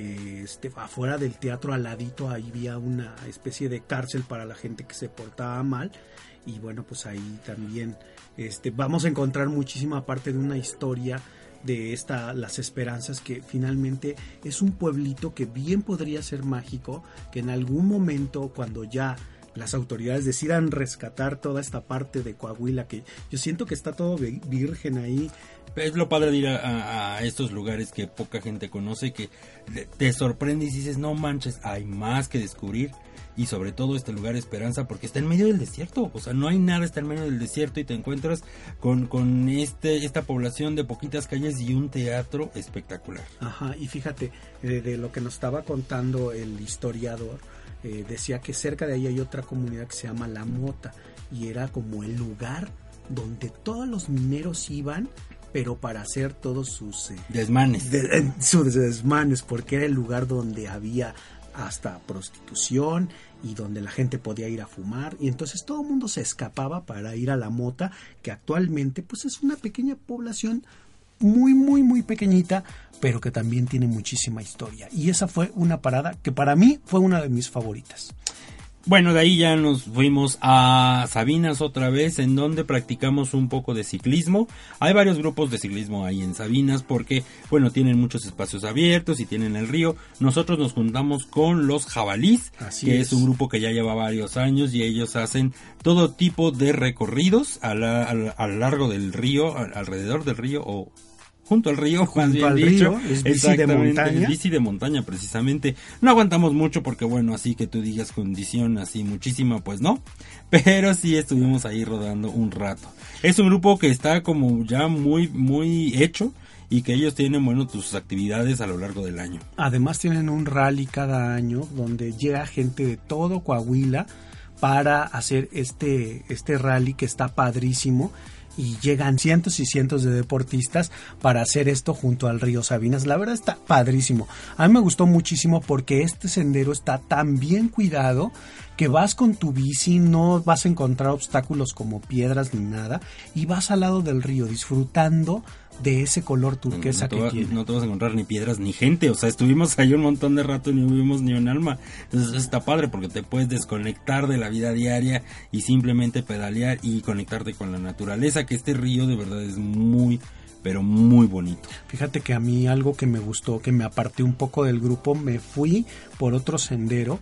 afuera del teatro, al ladito, ahí había una especie de cárcel para la gente que se portaba mal. Y bueno, pues ahí también vamos a encontrar muchísima parte de una historia de Las Esperanzas, que finalmente es un pueblito que bien podría ser mágico, que en algún momento, cuando ya las autoridades decidan rescatar toda esta parte de Coahuila, que yo siento que está todo virgen ahí. Es lo padre de ir a estos lugares que poca gente conoce, que te sorprende y dices, no manches, hay más que descubrir. Y sobre todo este lugar Esperanza, porque está en medio del desierto, o sea, no hay nada, está en medio del desierto, y te encuentras con esta población de poquitas calles y un teatro espectacular. Ajá, y fíjate, de lo que nos estaba contando el historiador, decía que cerca de ahí hay otra comunidad que se llama La Mota, y era como el lugar donde todos los mineros iban, pero para hacer todos sus desmanes. Sus desmanes, porque era el lugar donde había hasta prostitución y donde la gente podía ir a fumar, y entonces todo el mundo se escapaba para ir a La Mota, que actualmente pues es una pequeña población muy muy muy pequeñita, pero que también tiene muchísima historia, y esa fue una parada que para mí fue una de mis favoritas. Bueno, de ahí ya nos fuimos a Sabinas otra vez, en donde practicamos un poco de ciclismo. Hay varios grupos de ciclismo ahí en Sabinas porque, bueno, tienen muchos espacios abiertos y tienen el río. Nosotros nos juntamos con los Jabalís, que es un grupo que ya lleva varios años, y ellos hacen todo tipo de recorridos a lo largo del río, alrededor del río o junto al río, junto al río, es bici de montaña. Es bici de montaña, precisamente. No aguantamos mucho porque, bueno, así que tú digas condición así muchísima, pues no. Pero sí estuvimos ahí rodando un rato. Es un grupo que está como ya muy, muy hecho, y que ellos tienen, bueno, sus actividades a lo largo del año. Además tienen un rally cada año donde llega gente de todo Coahuila para hacer este rally que está padrísimo. Y llegan cientos y cientos de deportistas para hacer esto junto al río Sabinas. La verdad está padrísimo. A mí me gustó muchísimo porque este sendero está tan bien cuidado que vas con tu bici, no vas a encontrar obstáculos como piedras ni nada, y vas al lado del río disfrutando de ese color turquesa que tiene. No te vas a encontrar ni piedras ni gente, o sea, estuvimos ahí un montón de rato y no vimos ni un alma. Entonces está padre porque te puedes desconectar de la vida diaria y simplemente pedalear y conectarte con la naturaleza, que este río de verdad es muy, pero muy bonito. Fíjate que a mí algo que me gustó, que me aparté un poco del grupo, me fui por otro sendero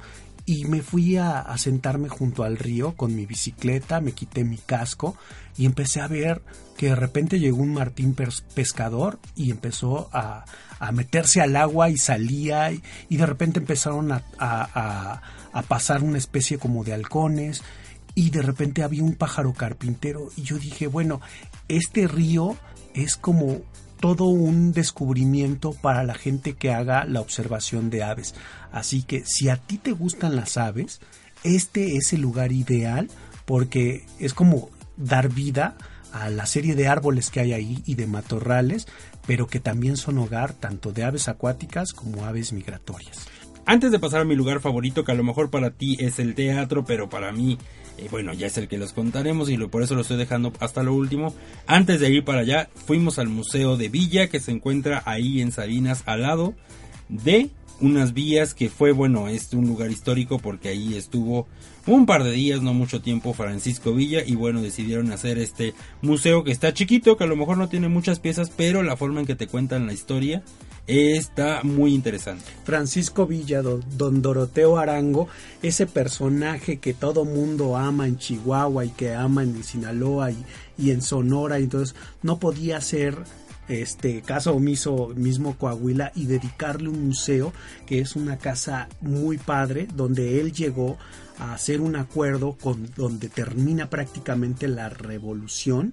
y me fui a sentarme junto al río con mi bicicleta, me quité mi casco y empecé a ver que de repente llegó un martín pescador y empezó a meterse al agua y salía y de repente empezaron a pasar una especie como de halcones y de repente había un pájaro carpintero y yo dije, bueno, este río es como todo un descubrimiento para la gente que haga la observación de aves. Así que si a ti te gustan las aves, este es el lugar ideal porque es como dar vida a la serie de árboles que hay ahí y de matorrales, pero que también son hogar tanto de aves acuáticas como aves migratorias. Antes de pasar a mi lugar favorito, que a lo mejor para ti es el teatro, pero para mí, bueno, ya es el que los contaremos y por eso lo estoy dejando hasta lo último. Antes de ir para allá, fuimos al Museo de Villa, que se encuentra ahí en Sabinas, al lado de unas vías, que fue, bueno, es un lugar histórico porque ahí estuvo un par de días, no mucho tiempo, Francisco Villa, y bueno, decidieron hacer este museo que está chiquito, que a lo mejor no tiene muchas piezas, pero la forma en que te cuentan la historia está muy interesante. Francisco Villa, don Doroteo Arango, ese personaje que todo mundo ama en Chihuahua y que ama en Sinaloa y en Sonora, y entonces no podía ser caso omiso mismo Coahuila y dedicarle un museo que es una casa muy padre donde él llegó a hacer un acuerdo con donde termina prácticamente la revolución.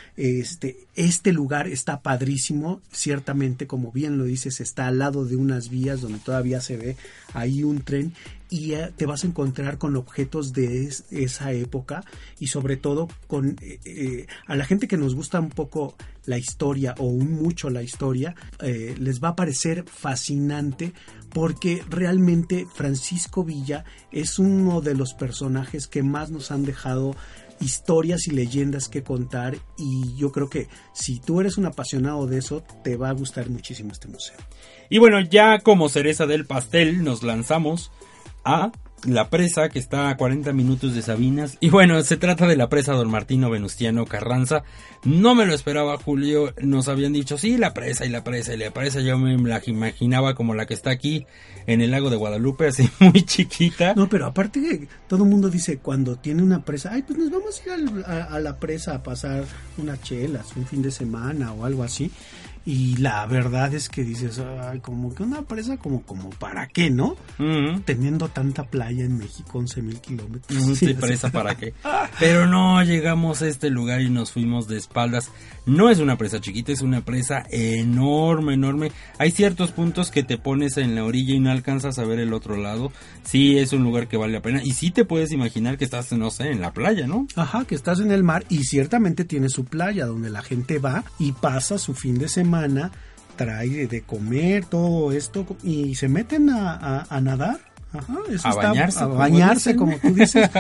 Este lugar está padrísimo, ciertamente, como bien lo dices, está al lado de unas vías donde todavía se ve ahí un tren y te vas a encontrar con objetos de esa época y sobre todo con a la gente que nos gusta un poco la historia o mucho la historia, les va a parecer fascinante porque realmente Francisco Villa es uno de los personajes que más nos han dejado historias y leyendas que contar y yo creo que si tú eres un apasionado de eso te va a gustar muchísimo este museo. Y bueno, ya como cereza del pastel nos lanzamos a la presa que está a 40 minutos de Sabinas y bueno, se trata de la presa Don Martino Venustiano Carranza. No me lo esperaba, Julio, nos habían dicho sí, la presa, yo me la imaginaba como la que está aquí en el lago de Guadalupe, así muy chiquita. No, pero aparte que todo el mundo dice cuando tiene una presa, ay, pues nos vamos a ir a la presa a pasar unas chelas, un fin de semana o algo así. Y la verdad es que dices, ay, como que una presa como para qué, ¿no? Uh-huh. Teniendo tanta playa en México, 11,000 kilómetros. Uh-huh, sí, presa para qué. Pero no, llegamos a este lugar y nos fuimos de espaldas. No es una presa chiquita, es una presa enorme. Hay ciertos puntos que te pones en la orilla y no alcanzas a ver el otro lado. Sí, es un lugar que vale la pena. Y sí te puedes imaginar que estás, no sé, en la playa, ¿no? Ajá, que estás en el mar y ciertamente tiene su playa donde la gente va y pasa su fin de semana, trae de comer todo esto y se meten a nadar. Ajá, eso a bañarse como tú dices.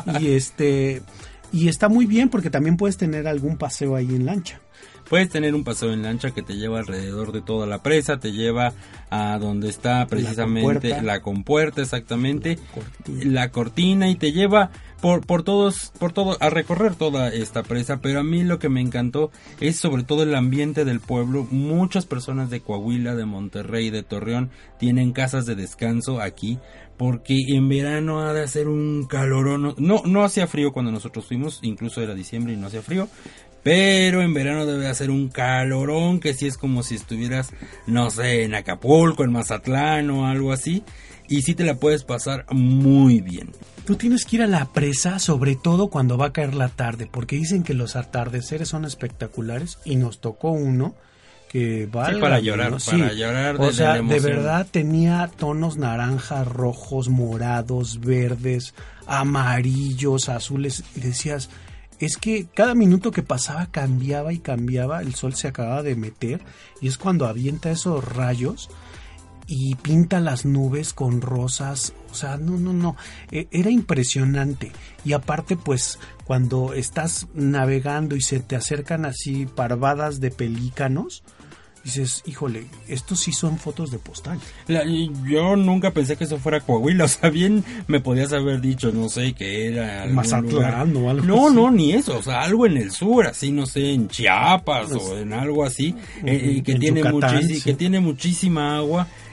Y está muy bien porque también puedes tener algún paseo ahí en lancha. Puedes tener un paseo en lancha que te lleva alrededor de toda la presa, te lleva a donde está precisamente la compuerta, exactamente, la cortina y te lleva por todo a recorrer toda esta presa. Pero a mí lo que me encantó es sobre todo el ambiente del pueblo. Muchas personas de Coahuila, de Monterrey, de Torreón tienen casas de descanso aquí porque en verano ha de hacer un calorón. No hacía frío cuando nosotros fuimos, incluso era diciembre y no hacía frío. Pero en verano debe hacer un calorón que sí es como si estuvieras, no sé, en Acapulco, en Mazatlán o algo así. Y sí te la puedes pasar muy bien. Tú tienes que ir a la presa, sobre todo cuando va a caer la tarde, porque dicen que los atardeceres son espectaculares y nos tocó uno que sí, para llorar, ¿no? Para llorar de o sea, la emoción. De verdad tenía tonos naranjas, rojos, morados, verdes, amarillos, azules y decías... Es que cada minuto que pasaba cambiaba y cambiaba, el sol se acababa de meter y es cuando avienta esos rayos y pinta las nubes con rosas, o sea, no, era impresionante. Y aparte pues cuando estás navegando y se te acercan así parvadas de pelícanos, dices, híjole, estos sí son fotos de postal. Yo nunca pensé que eso fuera Coahuila, o sea, bien me podías haber dicho, no sé, que era Mazatlán o algo así. No, ni eso, o sea, algo en el sur, así, no sé, en Chiapas o en algo así, que tiene muchísima agua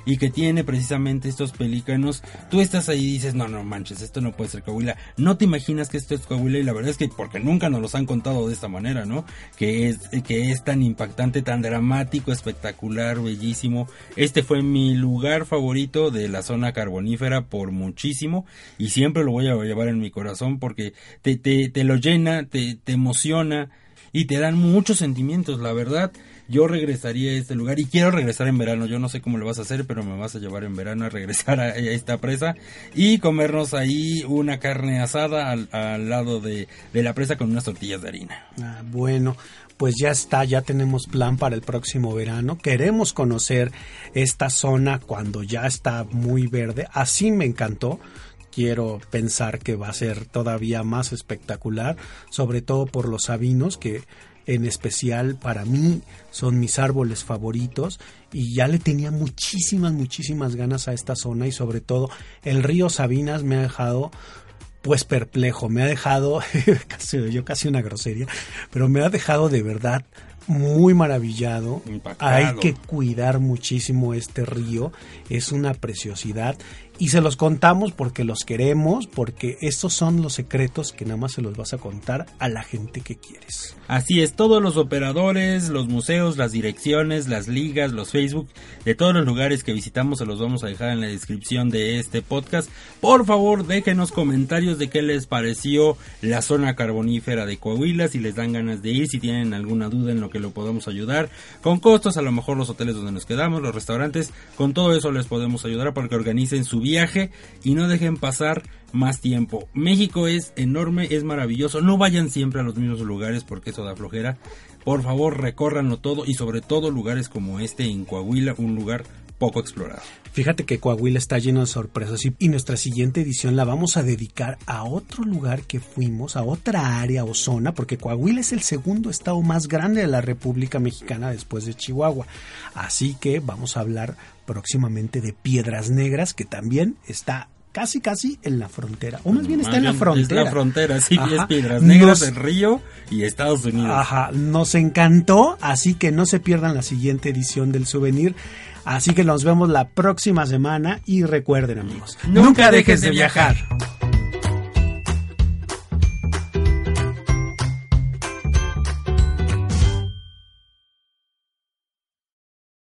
y que tiene precisamente estos pelícanos, tú estás ahí y dices, no manches, esto no puede ser Coahuila. No te imaginas que esto es Coahuila, y la verdad es que porque nunca nos los han contado de esta manera, ¿no? Que es tan impactante, tan dramático, espectacular, bellísimo. Este fue mi lugar favorito de la zona carbonífera por muchísimo, y siempre lo voy a llevar en mi corazón porque te lo llena, te emociona y te dan muchos sentimientos. La verdad, yo regresaría a este lugar y quiero regresar en verano. Yo no sé cómo lo vas a hacer, pero me vas a llevar en verano a regresar a esta presa y comernos ahí una carne asada al lado de la presa con unas tortillas de harina. Bueno, pues ya está, ya tenemos plan para el próximo verano. Queremos conocer esta zona cuando ya está muy verde. Así me encantó. Quiero pensar que va a ser todavía más espectacular, sobre todo por los sabinos, que en especial para mí son mis árboles favoritos, y ya le tenía muchísimas ganas a esta zona, y sobre todo el río Sabinas me ha dejado pues perplejo, me ha dejado, casi una grosería, pero me ha dejado de verdad muy maravillado. Impactado. Hay que cuidar muchísimo este río, es una preciosidad, y se los contamos porque los queremos, porque estos son los secretos que nada más se los vas a contar a la gente que quieres. Así es, todos los operadores, los museos, las direcciones, las ligas, los Facebook, de todos los lugares que visitamos se los vamos a dejar en la descripción de este podcast. Por favor, déjenos comentarios de qué les pareció la zona carbonífera de Coahuila, si les dan ganas de ir, si tienen alguna duda en lo que lo podamos ayudar, con costos, a lo mejor los hoteles donde nos quedamos, los restaurantes, con todo eso les podemos ayudar para que organicen su viaje y no dejen pasar más tiempo. México es enorme, es maravilloso, no vayan siempre a los mismos lugares porque eso da flojera. Por favor, recórranlo todo, y sobre todo lugares como este en Coahuila, un lugar poco explorado. Fíjate que Coahuila está lleno de sorpresas, y nuestra siguiente edición la vamos a dedicar a otro lugar que fuimos, a otra área o zona, porque Coahuila es el segundo estado más grande de la República Mexicana después de Chihuahua. Así que vamos a hablar próximamente de Piedras Negras, que también está casi en la frontera, o más bien está en la frontera. Es la frontera, sí, es Piedras Negras, el río y Estados Unidos. Ajá, nos encantó, así que no se pierdan la siguiente edición del Souvenir. Así que nos vemos la próxima semana, y recuerden, amigos, nunca dejes de viajar.